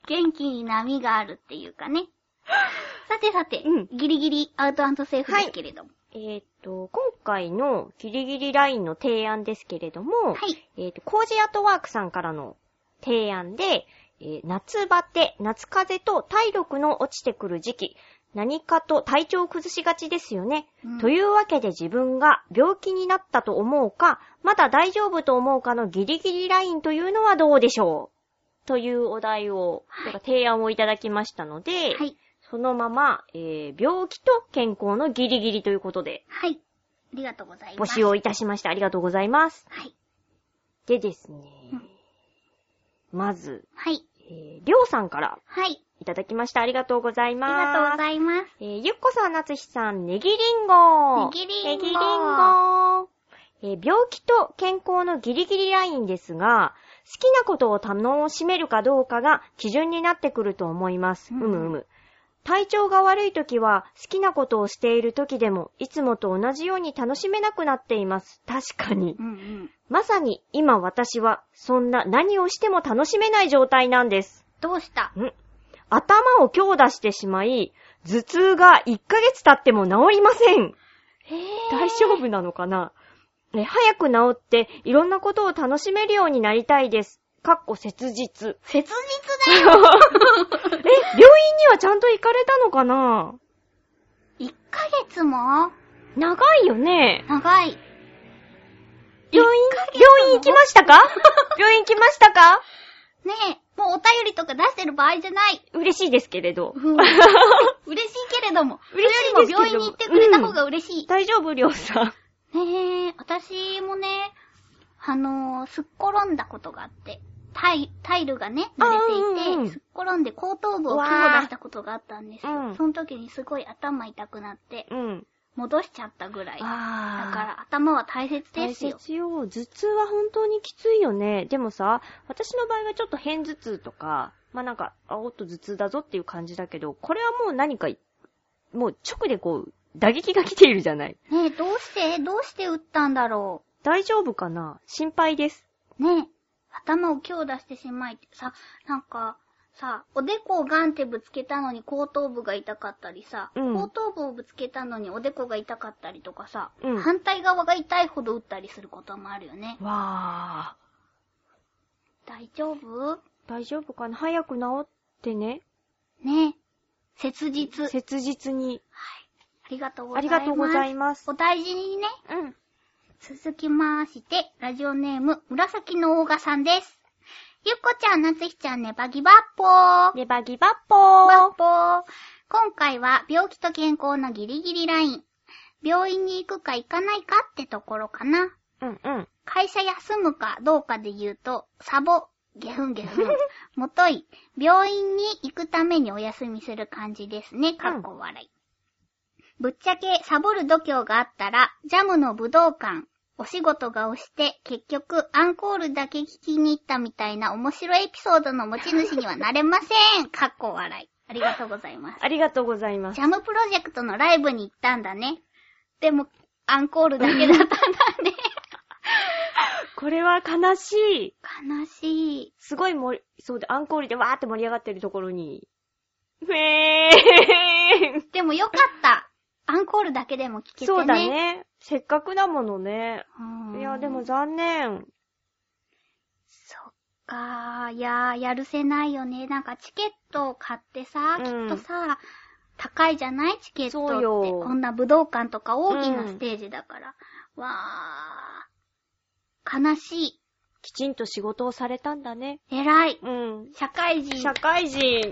元気に波があるっていうかね。さてさて、 うんギリギリアウト&セーフですけれども。 えーっと、今回のギリギリラインの提案ですけれども、 はい。 えーっと、コージアートワークさんからの提案で、えー夏バテ、夏風邪と体力の落ちてくる時期、何かと体調を崩しがちですよね。 うん、 というわけで自分が病気になったと思うか、まだ大丈夫と思うかのギリギリラインというのはどうでしょうというお題を、はい、提案をいただきましたので、はい、そのまま、えー、病気と健康のギリギリということで、 はい。ありがとうございます。 募集をいたしました。ありがとうございます。 はい。 でですね、うん、まず、 はい。 えー、りょうさんから、 はい。 いただきました。ありがとうございます。 ありがとうございます。 えー、ゆっこさん、なつひさん、ネギリンゴ。 ネギリンゴ。 ネギリンゴ。えー、病気と健康のギリギリラインですが、好きなことを楽しめるかどうかが基準になってくると思います。うん、うむうむ。体調が悪いときは、好きなことをしているときでも、いつもと同じように楽しめなくなっています。確かに。 うんうん、 まさに、今私は、そんな何をしても楽しめない状態なんです。 どうした？ ん頭を強打してしまい、頭痛がいっかげつ経っても治りません。 へー。 大丈夫なのかな？え、早く治っていろんなことを楽しめるようになりたいです。かっこ切実。 切実だよ。え、 病院にはちゃんと行かれたのかな？ いっ ヶ月も？ 長いよね。 長い。 病院、病院行きましたか？病院行きましたか？ ねえ、もうお便りとか出してる場合じゃない。 嬉しいですけれど。 うん、嬉しいけれども。 嬉しいですけど。 それよりも病院に行ってくれた方が嬉しい。 うん、大丈夫、りょうさん。 ねえ、私もね、あのー、すっ転んだことがあって、タイ、タイルがね、濡れていて、うんうん、すっ転んで後頭部を強打したことがあったんですよ。うん、その時にすごい頭痛くなって、うん、戻しちゃったぐらい。だから頭は大切ですよ。 大切よ。頭痛は本当にきついよね。でもさ、私の場合はちょっと偏頭痛とか、まあ、なんか、あ、おっと頭痛だぞっていう感じだけど、これはもう何か、もう直でこう、打撃が来ているじゃない。 ねえ、どうしてどうして打ったんだろう。 大丈夫かな？心配です。 ねえ、頭を強打してしまいってさ、なんか、さ、おでこをガンってぶつけたのに後頭部が痛かったりさ、うん、後頭部をぶつけたのにおでこが痛かったりとかさ、うん、反対側が痛いほど打ったりすることもあるよね。 わー。大丈夫？ 大丈夫かな？早く治ってね。 ねえ。切実。 切実に。はい。 ありがとうございます。 ありがとうございます。 お大事にね。 うん。 続きまして、ラジオネーム、紫のオーガさんです。ゆっこちゃん、なつひちゃん、ねばぎばっぽー。 ねばぎばっぽー。 ばっぽー。今回は、病気と健康のギリギリライン。病院に行くか行かないかってところかな。 うんうん。 会社休むかどうかで言うと、サボ、ゲフンゲフン。もとい、病院に行くためにお休みする感じですね。かっこ笑い。ぶっちゃけサボる度胸があったら、ジャムの武道館、お仕事が押して、結局アンコールだけ聞きに行ったみたいな面白いエピソードの持ち主にはなれません。かっこ笑い。ありがとうございます。 ありがとうございます。 ジャムプロジェクトのライブに行ったんだね。でも、アンコールだけだったんだね。 これは悲しい。 悲しい。 すごい盛り、そうで、アンコールでわーって盛り上がってるところに。へー。 でもよかった。アンコールだけでも聞けてね。 そうだね。せっかくだものね。いや、でも残念。 そっかー。いやー、やるせないよね。なんかチケットを買ってさ、うん、きっとさ、高いじゃないチケットって。そうよ。こんな武道館とか大きなステージだから。うん、わー。悲しい。 きちんと仕事をされたんだね。 偉い。 うん。 社会人。 社会人。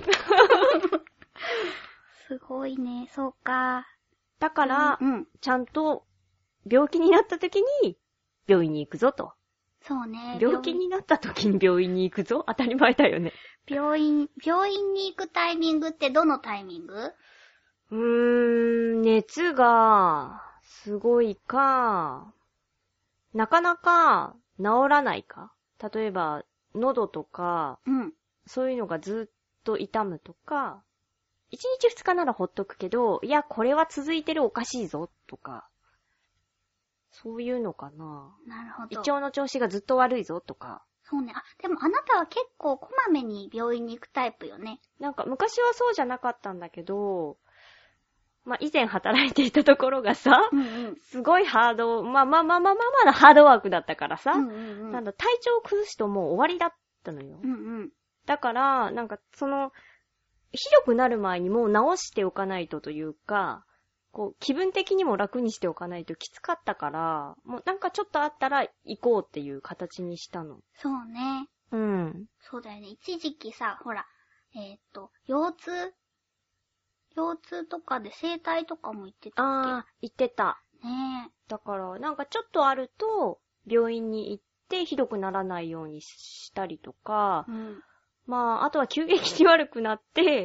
すごいね。そうか。 だから、うんうん、ちゃんと病気になった時に病院に行くぞと。 そうね。 病気になった時に病院に行くぞ。当たり前だよね。 病院、病院に行くタイミングってどのタイミング？ うーん、熱がすごいか、なかなか治らないか。例えば、喉とか、うん、そういうのがずっと痛むとか、一日二日ならほっとくけど、いや、これは続いてるおかしいぞ、とか。そういうのかな。 なるほど。 胃腸の調子がずっと悪いぞ、とか。 そうね。あ、でもあなたは結構こまめに病院に行くタイプよね。 なんか昔はそうじゃなかったんだけど、まあ、以前働いていたところがさ、うんうん、すごいハード、まあまあまあまあまあまだハードワークだったからさ、うんうんうん、なんだ、体調を崩すともう終わりだったのよ。うんうん、だから、なんかその、ひどくなる前にもう治しておかないとというか、こう、気分的にも楽にしておかないときつかったから、もうなんかちょっとあったら行こうっていう形にしたの。 そうね。 うん。 そうだよね。一時期さ、ほら、えー、っと、腰痛腰痛とかで整体とかも行ってたっけ？ ああ、行ってた。 ねえ。 だから、なんかちょっとあると、病院に行ってひどくならないようにしたりとか、うん、まあ、あとは急激に悪くなって、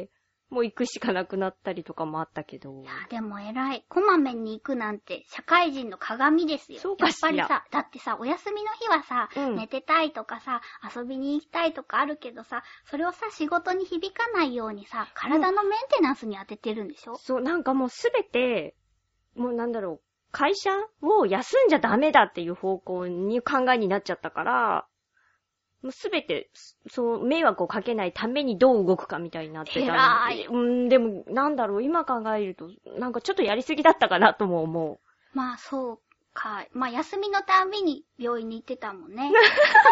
もう行くしかなくなったりとかもあったけど。 いや、でも偉い。こまめに行くなんて社会人の鏡ですよ。 そうかしら。 やっぱりさ、だってさ、お休みの日はさ、うん、寝てたいとかさ、遊びに行きたいとかあるけどさ、それをさ、仕事に響かないようにさ、体のメンテナンスに当ててるんでしょ？ そう、なんかもうすべて、もうなんだろう、会社を休んじゃダメだっていう方向に考えになっちゃったから、もうすべて、そう、迷惑をかけないためにどう動くかみたいになってたので。 偉い。 うん、でも、なんだろう、今考えると、なんかちょっとやりすぎだったかなとも思う。 まあ、そうか。まあ、休みのたびに病院に行ってたもんね。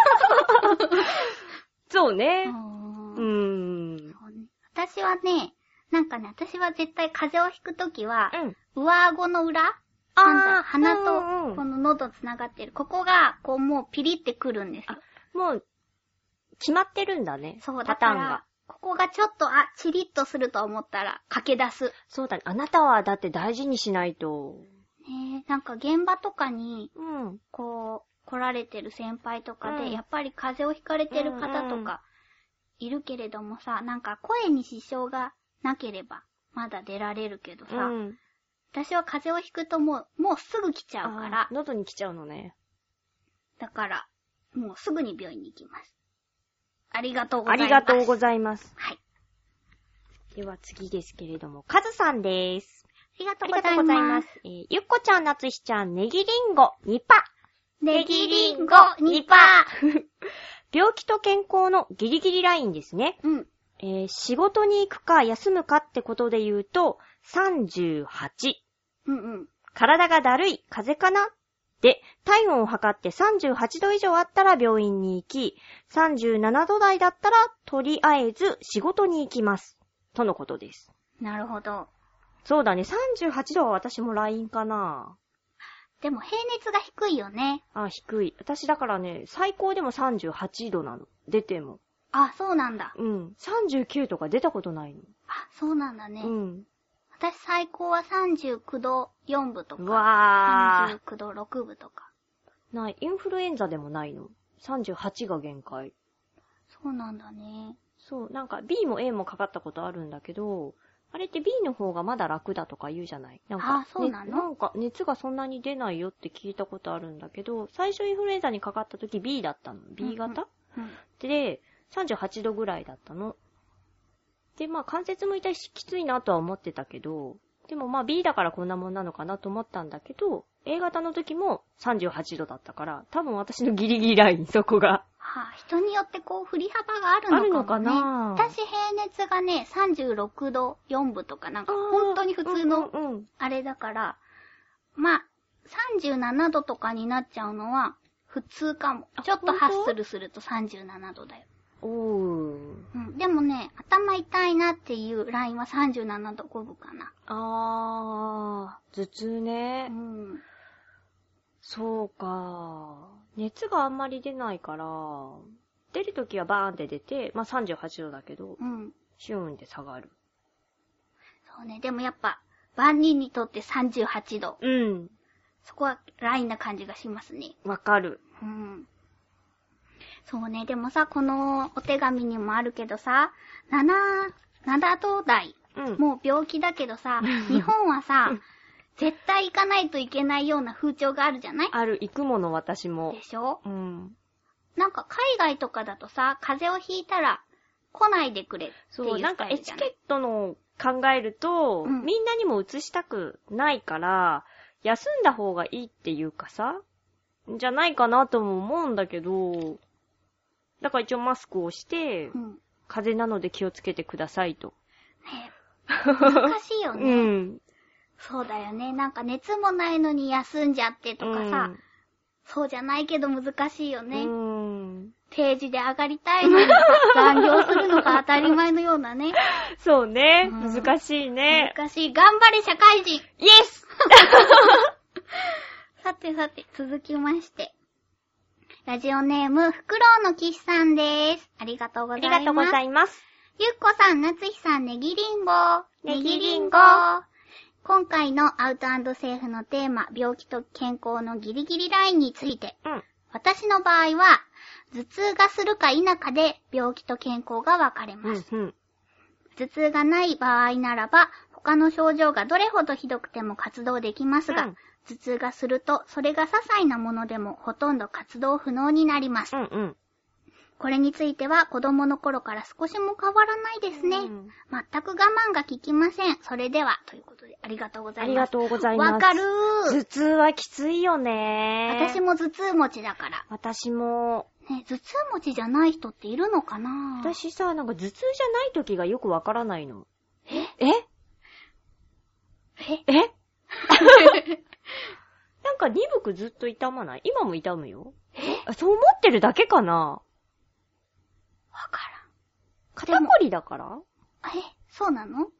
そうね。うーん。うーん。 そうね。私はね、なんかね、私は絶対風邪をひくときは、うん、上顎の裏あ鼻と、この喉つながってる。ここが、こう、もうピリってくるんですよ。 もう、決まってるんだね。 そう、だから、パターンが。ここがちょっと、あ、チリッとすると思ったら、駆け出す。 そうだね。あなたはだって大事にしないと。 ねえ、なんか現場とかに、うん、こう、来られてる先輩とかで、うん、やっぱり風邪をひかれてる方とか、いるけれどもさ、うんうん、なんか声に支障がなければ、まだ出られるけどさ、うん、私は風邪をひくともう、もうすぐ来ちゃうから。 喉に来ちゃうのね。 だから、もうすぐに病院に行きます。ありがとうございます。 ありがとうございます。 はい。 では次ですけれども、カズさんです。 ありがとうございます。 えー、ゆっこちゃん、なつひちゃん、ネギリンゴ、にパ。 ネギリンゴ、にパ。 病気と健康のギリギリラインですね。うん。えー、仕事に行くか休むかってことで言うと、さんじゅうはち。うんうん。体がだるい、風邪かなで、体温を測ってさんじゅうはちど以上あったら病院に行き、さんじゅうななど台だったらとりあえず仕事に行きます。とのことです。 なるほど。 そうだね、さんじゅうはちどは私もラインかな。 でも平熱が低いよね。 あ、低い。私だからね、最高でもさんじゅうはちどなの。出ても。 あ、そうなんだ。 うん。さんじゅうきゅうとか出たことないの。 あ、そうなんだね。 うん。 私最高はさんじゅうきゅうどよんぶとか。 うわー。 さんじゅうきゅうどろくぶとか。 ない。インフルエンザでもないの。さんじゅうはちが限界。 そうなんだね。 そう。なんか B も A もかかったことあるんだけど、あれって B の方がまだ楽だとか言うじゃない。なんか、 あ、そうなの？ ね、なんか熱がそんなに出ないよって聞いたことあるんだけど、最初インフルエンザにかかった時 B だったの。B 型、うんうん、で、さんじゅうはちどぐらいだったの。で、まあ関節も痛いしきついなとは思ってたけど、でもまあ B だからこんなもんなのかなと思ったんだけど、A 型の時もさんじゅうはちどだったから、多分私のギリギリライン、そこが。 はあ、人によってこう振り幅があるのかもね。あるのかな。私平熱がね、さんじゅうろくどよんぶとかなんか本当に普通のあれだから、うんうん、まあさんじゅうななどとかになっちゃうのは普通かも。ちょっとハッスルするとさんじゅうななどだよ。 おー。 うん。でもね、頭痛いなっていうラインはさんじゅうななどごぶかな。 あー、頭痛ね。 うん。 そうか。熱があんまり出ないから、出るときはバーンって出て、まあさんじゅうはちどだけど、うん。シューンって下がる。 そうね、でもやっぱ、万人にとってさんじゅうはちど。 うん。 そこはラインな感じがしますね。 わかる。 うん。そうね、でもさ、このお手紙にもあるけどさ、なな、ななど台、うん、もう病気だけどさ、日本はさ、絶対行かないといけないような風潮があるじゃない？ ある、行くもの私も。 でしょ？ うん。 なんか海外とかだとさ、風邪をひいたら来ないでくれっていうスタイルじゃない？ そう、なんかエチケットの考えると、うん、みんなにも移したくないから、休んだ方がいいっていうかさ、じゃないかなとも思うんだけど、 だから一応マスクをして、うん、風邪なので気をつけてくださいと。 ね、難しいよね。 うん。 そうだよね。なんか熱もないのに休んじゃってとかさ、うん、そうじゃないけど難しいよね。うん。定時で上がりたいのに残業するのが当たり前のようなね。 そうね、うん。難しいね。 難しい。頑張れ社会人。 イエスさてさて、続きまして。ラジオネーム、フクロウの騎士さんです。ありがとうございます。 ありがとうございます。 ゆっこさん、なつひさん、ネギリンゴ。 ネギリンゴ。 今回のアウト&セーフのテーマ、病気と健康のギリギリラインについて。うん、私の場合は、頭痛がするか否かで病気と健康が分かれます。うんうん、頭痛がない場合ならば、他の症状がどれほどひどくても活動できますが、うん、頭痛がすると、それが些細なものでもほとんど活動不能になります。うんうん、これについては子供の頃から少しも変わらないですね。うん、全く我慢が効きません。それでは、ということでありがとうございます。 ありがとうございます。 わかるー。 頭痛はきついよね。 私も頭痛持ちだから。 私も。 ね、頭痛持ちじゃない人っているのかな？ 私さ、なんか頭痛じゃない時がよくわからないの。 ええええなんか鈍くずっと痛まない？今も痛むよ。 えそう思ってるだけかな？ わからん。 肩こりだから？ え、そうなの？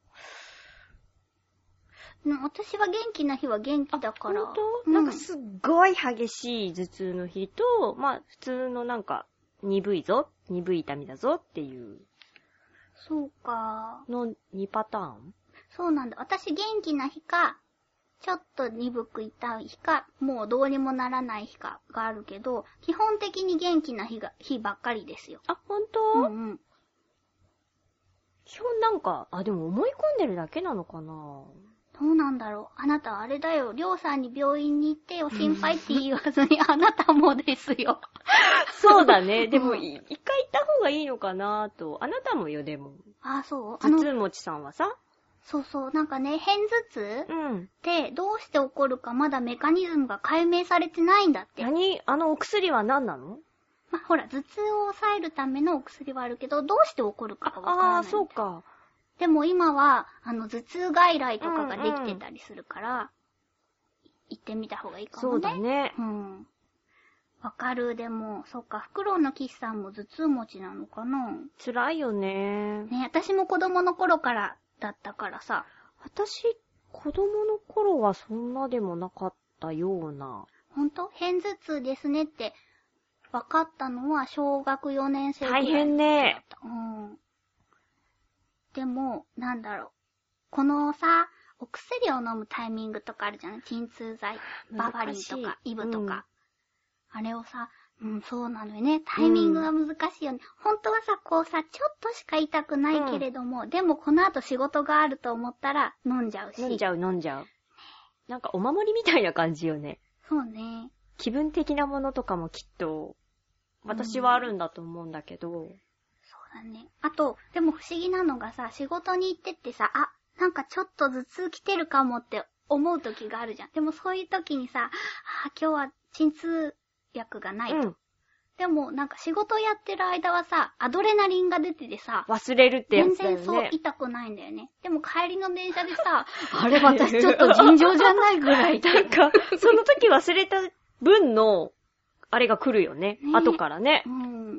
私は元気な日は元気だから。 本当？うん、なんかすっごい激しい頭痛の日と、まあ普通のなんか鈍いぞ、鈍い痛みだぞっていう。 そうか。 のにパターン？ そうなんだ。私元気な日か、ちょっと鈍く痛い日か、もうどうにもならない日かがあるけど、基本的に元気な日が、日ばっかりですよ。 あ、本当？ うんうん。 基本なんか、あ、でも思い込んでるだけなのかな？ どうなんだろう。あなたあれだよ。りょうさんに病院に行ってよ、心配って言わずに、あなたもですよ。 そうだね。でも、一回行った方がいいのかなと。あなたもよ、でも。 あ、そう？ 頭痛持ちさんはさ。 そうそう。なんかね、片頭痛ってどうして起こるかまだメカニズムが解明されてないんだって。 何？あのお薬は何なの？ まあ、ほら、頭痛を抑えるためのお薬はあるけど、どうして起こるかがわからない。 ああ、そうか。 でも今は、あの、頭痛外来とかができてたりするから、うんうん、行ってみた方がいいかもね。 そうだね。 うん。わかる。でも、そっか、フクロウの騎士さんも頭痛持ちなのかな？ 辛いよね。 ね、私も子供の頃からだったからさ。 私、子供の頃はそんなでもなかったような。 ほんと？片頭痛ですねって、わかったのは小学よねん生ぐらい。 大変ね。 うん。でも、なんだろう。このさ、お薬を飲むタイミングとかあるじゃん。鎮痛剤。バファリンとか、イブとか。うん、あれをさ、うん、そうなのよね。タイミングが難しいよね。うん、本当はさ、こうさ、ちょっとしか痛くないけれども、うん、でもこの後仕事があると思ったら飲んじゃうし。 飲んじゃう、飲んじゃう。なんかお守りみたいな感じよね。 そうね。 気分的なものとかもきっと、私はあるんだと思うんだけど。うん、 そうだね。あと、でも不思議なのがさ、仕事に行ってってさ、あ、なんかちょっと頭痛来てるかもって思う時があるじゃん。でもそういう時にさ、あ、今日は鎮痛薬がないと。うん、でもなんか仕事やってる間はさ、アドレナリンが出ててさ、 忘れるってやつだよね。 全然そう痛くないんだよね。でも帰りの電車でさ、あれ私ちょっと尋常じゃないぐらい。 なんか、その時忘れた分の、あれが来るよね。ね、後からね。 うん。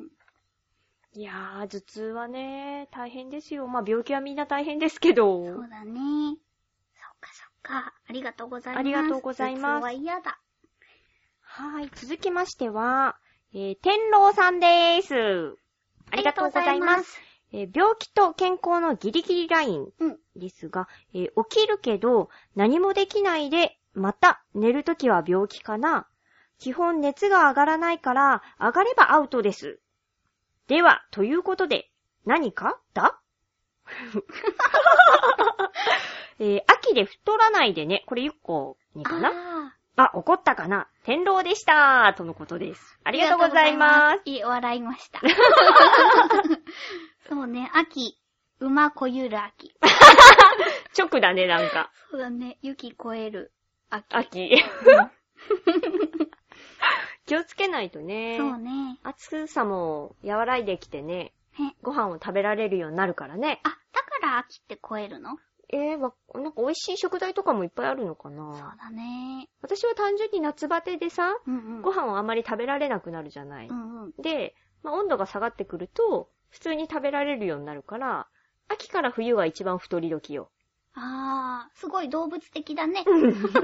いやー、頭痛はね、大変ですよ。まあ、病気はみんな大変ですけど。 そうだね。そっかそっか。ありがとうございます。 ありがとうございます。 頭痛は嫌だ。 はい。続きましては、えー、天狼さんでーす。ありがとうございます。ますえー、病気と健康のギリギリラインですが、うん、えー、起きるけど何もできないで、また寝るときは病気かな。基本熱が上がらないから、上がればアウトです。では、ということで、何かだえー、秋で太らないでね。これゆっこにかなあ, あ、怒ったかな天狼でしたとのことです。ありがとうございます。 いい、笑いました。そうね、秋。馬こゆる秋。 直だね、なんか。 そうだね、雪越える秋。 秋。 気をつけないとね。 そうね。 暑さも和らいできてね。ご飯を食べられるようになるからね。 あ、だから秋って超えるの？ えー、わ、なんか美味しい食材とかもいっぱいあるのかな。 そうだね。 私は単純に夏バテでさ、 うんうん、 ご飯をあんまり食べられなくなるじゃない。 うんうん、 で、まあ、温度が下がってくると、普通に食べられるようになるから、秋から冬が一番太り時よ。 あー、すごい動物的だね。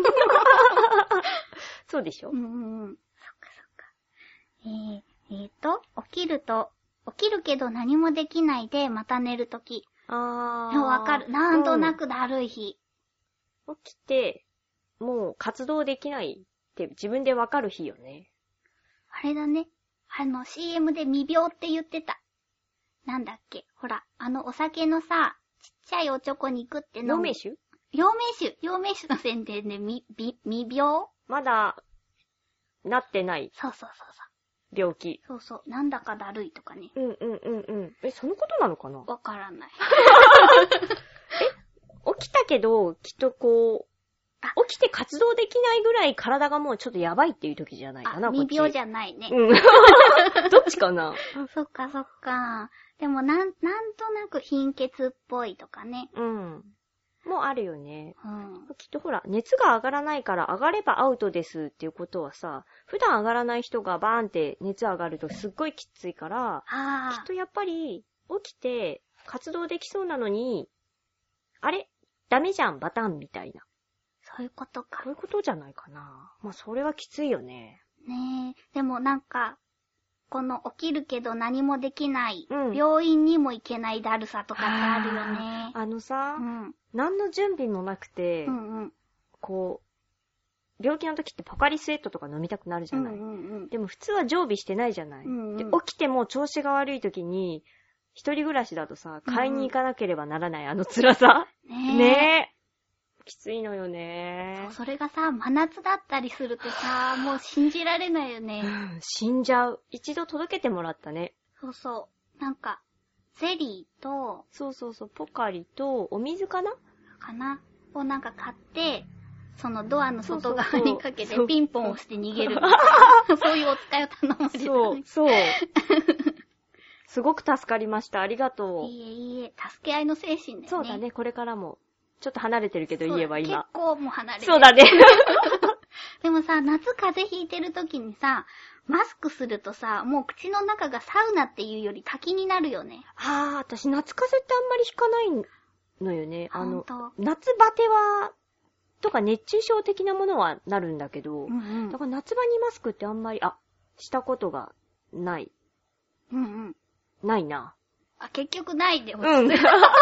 そうでしょ？ うんうんうん。そっかそっか。えー、えーと、起きると、起きるけど何もできないでまた寝るとき。 あー。 でもわかる。なんとなくだるい日。 うん、起きて、もう活動できないって自分でわかる日よね。 あれだね。あの シーエム で未病って言ってた。なんだっけ。ほら、あのお酒のさ、ちっちゃいおちょこに食って飲む。 陽明酒？ 陽明酒。陽明酒の宣伝でみ、び、未病？ まだ、なってない。 そうそうそうそう。 病気。 そうそう。なんだかだるいとかね。 うんうんうんうん。え、そのことなのかな？ わからない。 え、起きたけど、きっとこう、起きて活動できないぐらい体がもうちょっとやばいっていう時じゃないかな、 あ、未病じゃないね。 うん。どっちかな？ そっかそっか。でもなん、なんとなく貧血っぽいとかね。 うん。もうあるよね。 うん。 きっとほら、熱が上がらないから上がればアウトですっていうことはさ、普段上がらない人がバーンって熱上がるとすっごいきついから、 あきっとやっぱり起きて活動できそうなのに、あれダメじゃん、バタンみたいな。 そういうことか。 そういうことじゃないかな。まあそれはきついよね。 ねえ。でもなんか、この起きるけど何もできない、 うん、 病院にも行けないだるさとかってあるよね。 あのさ、 うん、 何の準備もなくて、 うんうん、こう、病気の時ってポカリスエットとか飲みたくなるじゃない、うんうんうん、でも普通は常備してないじゃない、うんうん、で起きても調子が悪い時に、一人暮らしだとさ、買いに行かなければならない、うん、あの辛さ。ねえ。ねえ。きついのよね。 そう、それがさ、真夏だったりするとさ、もう信じられないよね。 うん、死んじゃう。一度届けてもらったね。 そうそう。なんか、ゼリーと、 そうそうそう、ポカリと、お水かなかなをなんか買って、そのドアの外側にかけてピンポン押して逃げる。そういうお使いを頼まれた、ね。 そう、そう。すごく助かりました。ありがとう。 いいえいいえ、助け合いの精神だよね。 そうだね、これからも。ちょっと離れてるけど、家は今。 結構もう離れてる。 そうだね。 でもさ、夏風邪ひいてる時にさ、マスクするとさ、もう口の中がサウナっていうより滝になるよね。 ああ、私夏風邪ってあんまりひかないのよね。あの、夏バテは、とか熱中症的なものはなるんだけど、うんうん、だから夏場にマスクってあんまり、あ、したことがない。 うんうん。 ないな。 あ、結局ないでほしい。うん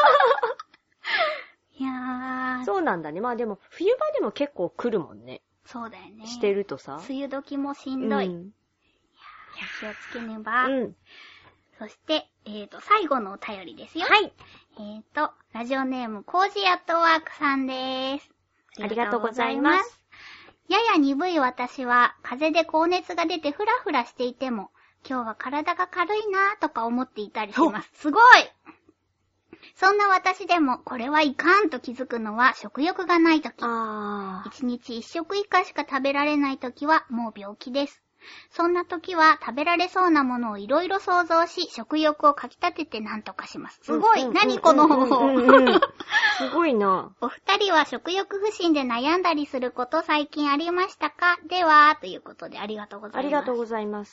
いやー。 そうなんだね。まあでも、冬場でも結構来るもんね。 そうだよね。 してるとさ。 梅雨時もしんどい。うん、いやー、気をつけねば。うん。そして、えーと、最後のお便りですよ。 はい。 えーと、ラジオネーム、コージアットワークさんです。 ありがとうございます。 やや鈍い私は、風邪で高熱が出てフラフラしていても、今日は体が軽いなーとか思っていたりします。すごい！そんな私でも、これはいかんと気づくのは食欲がないとき。 あ一日一食以下しか食べられないときはもう病気です。そんなときは食べられそうなものをいろいろ想像し、食欲をかき立てて何とかします。すごい、うんうん、何この方法。 すごいな。 お二人は食欲不振で悩んだりすること最近ありましたか？では、ということでありがとうございます。 ありがとうございます。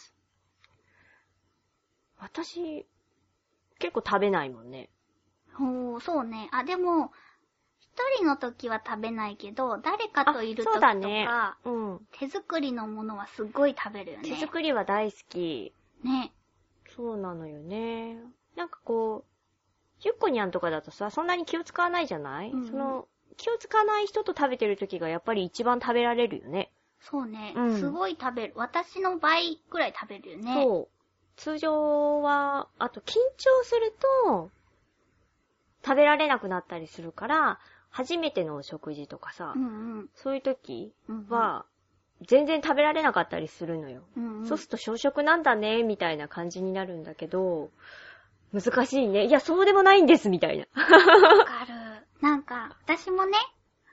私、結構食べないもんね。 ほう、そうね。あ、でも、一人の時は食べないけど、誰かといる時とか、ねうん、手作りのものはすっごい食べるよね。 手作りは大好き。 ね。 そうなのよね。なんかこう、ゆっこにゃんとかだとさ、そんなに気を使わないじゃない、うん、その、気を使わない人と食べてる時がやっぱり一番食べられるよね。 そうね。うん、すごい食べる。私の倍くらい食べるよね。 そう。通常は、あと緊張すると、食べられなくなったりするから、初めてのお食事とかさ、うんうん、そういう時は、全然食べられなかったりするのよ、うんうん。そうすると小食なんだね、みたいな感じになるんだけど、難しいね。いや、そうでもないんです、みたいな。 わかる。なんか、私もね、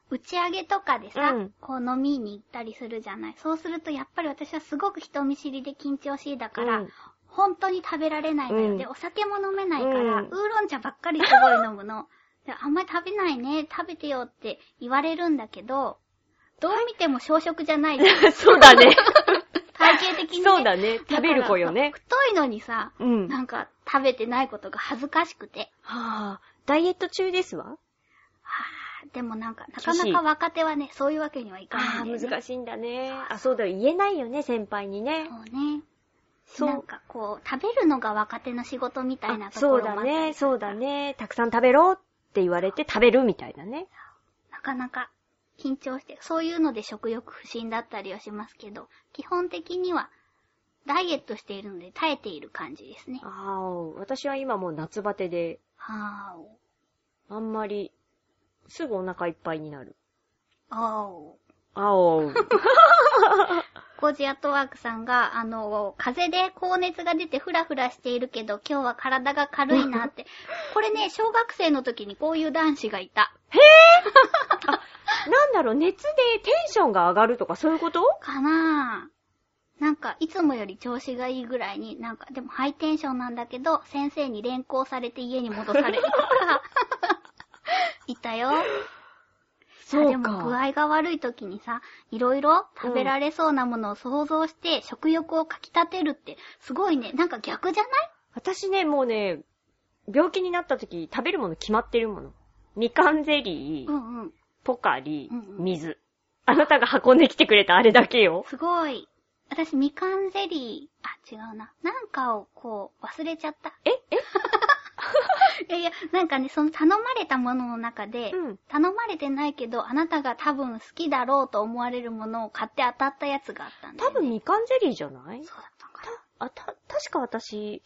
打ち上げとかでさ、 うん、 こう飲みに行ったりするじゃない。そうするとやっぱり私はすごく人見知りで緊張しいだから、うん、本当に食べられないのよ、うん。で、お酒も飲めないから、うん、ウーロン茶ばっかりすごい飲むの。で、あんまり食べないね、食べてよって言われるんだけど、どう見ても小食じゃないじゃん。 そうだね。 体型的に、ね。 そうだね。食べる子よね。 太いのにさ、うん、なんか食べてないことが恥ずかしくて。 はぁ、ダイエット中ですわ。 はぁ、でもなんか、なかなか若手はね、そういうわけにはいかないんだよね。 あ、難しいんだね。あ、そうだよ。言えないよね、先輩にね。 そうね。そう。なんかこう、食べるのが若手の仕事みたいなところもあったり。 そうだね、そうだね。たくさん食べろって言われて食べるみたいなね。 なかなか。緊張して、そういうので食欲不振だったりはしますけど、基本的にはダイエットしているので耐えている感じですね。 ああ、私は今もう夏バテで、 はあんまりすぐお腹いっぱいになる。 あお。 あお。 コージアットワークさんが、あの、風邪で高熱が出てフラフラしているけど、今日は体が軽いなって。これね、小学生の時にこういう男子がいた。 へぇーあ、なんだろう、熱でテンションが上がるとかそういうことかなぁ。なんか、いつもより調子がいいぐらいに、なんか、でもハイテンションなんだけど、先生に連行されて家に戻されるとか、いたよ。そうか。でも具合が悪い時にさ、いろいろ食べられそうなものを想像して食欲をかき立てるってすごいね。なんか逆じゃない？ 私ね、もうね、病気になった時食べるもの決まってるもの。みかんゼリー、 うんうん、 ポカリ、 うんうん、 水。あなたが運んできてくれたあれだけよ。 すごい。私みかんゼリー、あ、違うな。なんかをこう忘れちゃった。 ええいやいや、なんかね、その頼まれたものの中で、うん、頼まれてないけど、あなたが多分好きだろうと思われるものを買って当たったやつがあったんだよね。 多分みかんゼリーじゃない？ そうだったんかな。 あ、た、確か私、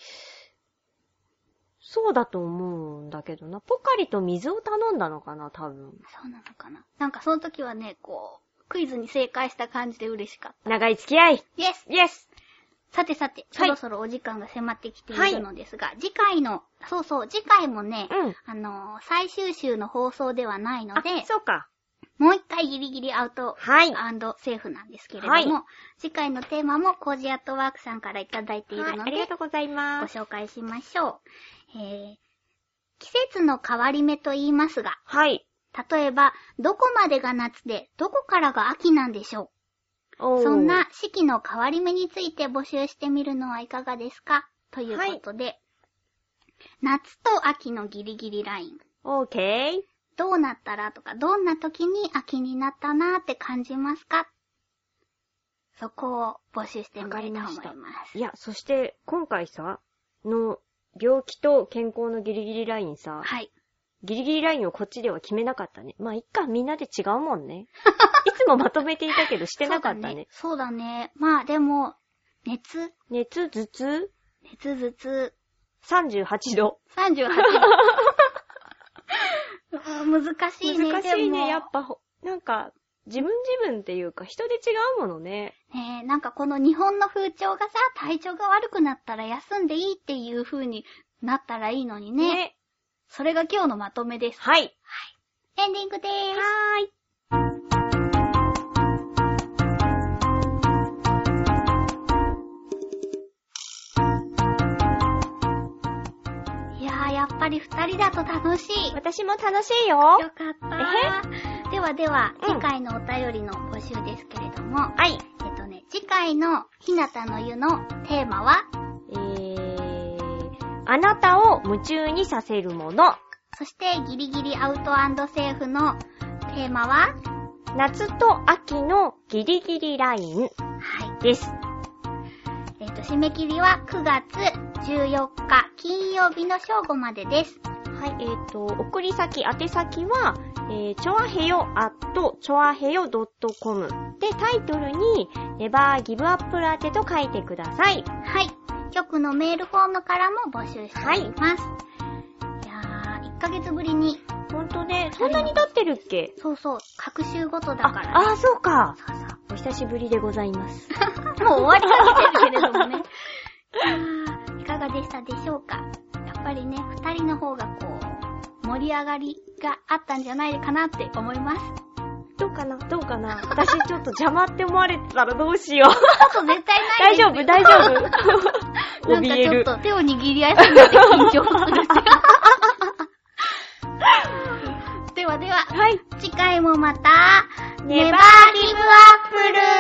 そうだと思うんだけどな。ポカリと水を頼んだのかな、多分。 そうなのかな。なんかその時はね、こう、クイズに正解した感じで嬉しかった。 長い付き合い。 イエスイエスさてさて、そろそろお時間が迫ってきているのですが、はい、次回の、そうそう、次回もね、うん、あのー、最終週の放送ではないので、 あ、そうか。 もう一回ギリギリアウト、 はい、 セーフなんですけれども、はい、次回のテーマもコージアットワークさんからいただいているので、はい、 ありがとうございます。 ご紹介しましょう。えー、季節の変わり目と言いますが、 はい。 例えば、どこまでが夏で、どこからが秋なんでしょう。そんな四季の変わり目について募集してみるのはいかがですかということで、はい、夏と秋のギリギリライン。 OK。 どうなったらとか、どんな時に秋になったなーって感じますか？そこを募集してみたいと思います。 いや、そして今回さ、の病気と健康のギリギリラインさ、 はい。 ギリギリラインをこっちでは決めなかったね。まあ、いっか、みんなで違うもんね。いつもまとめていたけどしてなかったね。 そうだね。そうだね。まあ、でも、熱熱、頭痛熱、頭痛。 さんじゅうはちど。 さんじゅうはちど。難しいね。 難しいね。やっぱ、なんか、自分自分っていうか、人で違うものね。 ねえ、なんかこの日本の風潮がさ、体調が悪くなったら休んでいいっていう風になったらいいのにね。ね。それが今日のまとめです。 はい。はい。 エンディングでーす。 はーい。 いやー、やっぱり二人だと楽しい。 私も楽しいよ。 よかったー。ではでは、次回のお便りの募集ですけれども。 はい。 えっとね、次回のひなたの湯のテーマは、 えー、あなたを夢中にさせるもの。 そしてギリギリアウト&セーフのテーマは夏と秋のギリギリライン。 はい。 です。 えっと、締め切りはくがつじゅうよっか金曜日の正午までです。 はい。えっと、送り先、宛先は、えー、ちょあへよ at ちょあへよ .com でタイトルに Never Give Up ラテと書いてください。 はい。局のメールフォームからも募集しております。はい、いやー、いっかげつぶりに。 ほんとね、そんなに経ってるっけ？ そうそう、各週ごとだから、ね。 あ、あ、そうか。 そうそう。 お久しぶりでございます。 もう終わりかけてるけれどもね。い, いかがでしたでしょうか？やっぱりね、二人の方がこう、盛り上がりがあったんじゃないかなって思います。 どうかなどうかな私ちょっと邪魔って思われてたらどうしよう。 あと絶対ないですよ。 大丈夫、大丈夫。怯える。 なんかちょっと手を握り合いすぎて緊張する。ではでは、 はい。 次回もまた、 ネバーギブアップル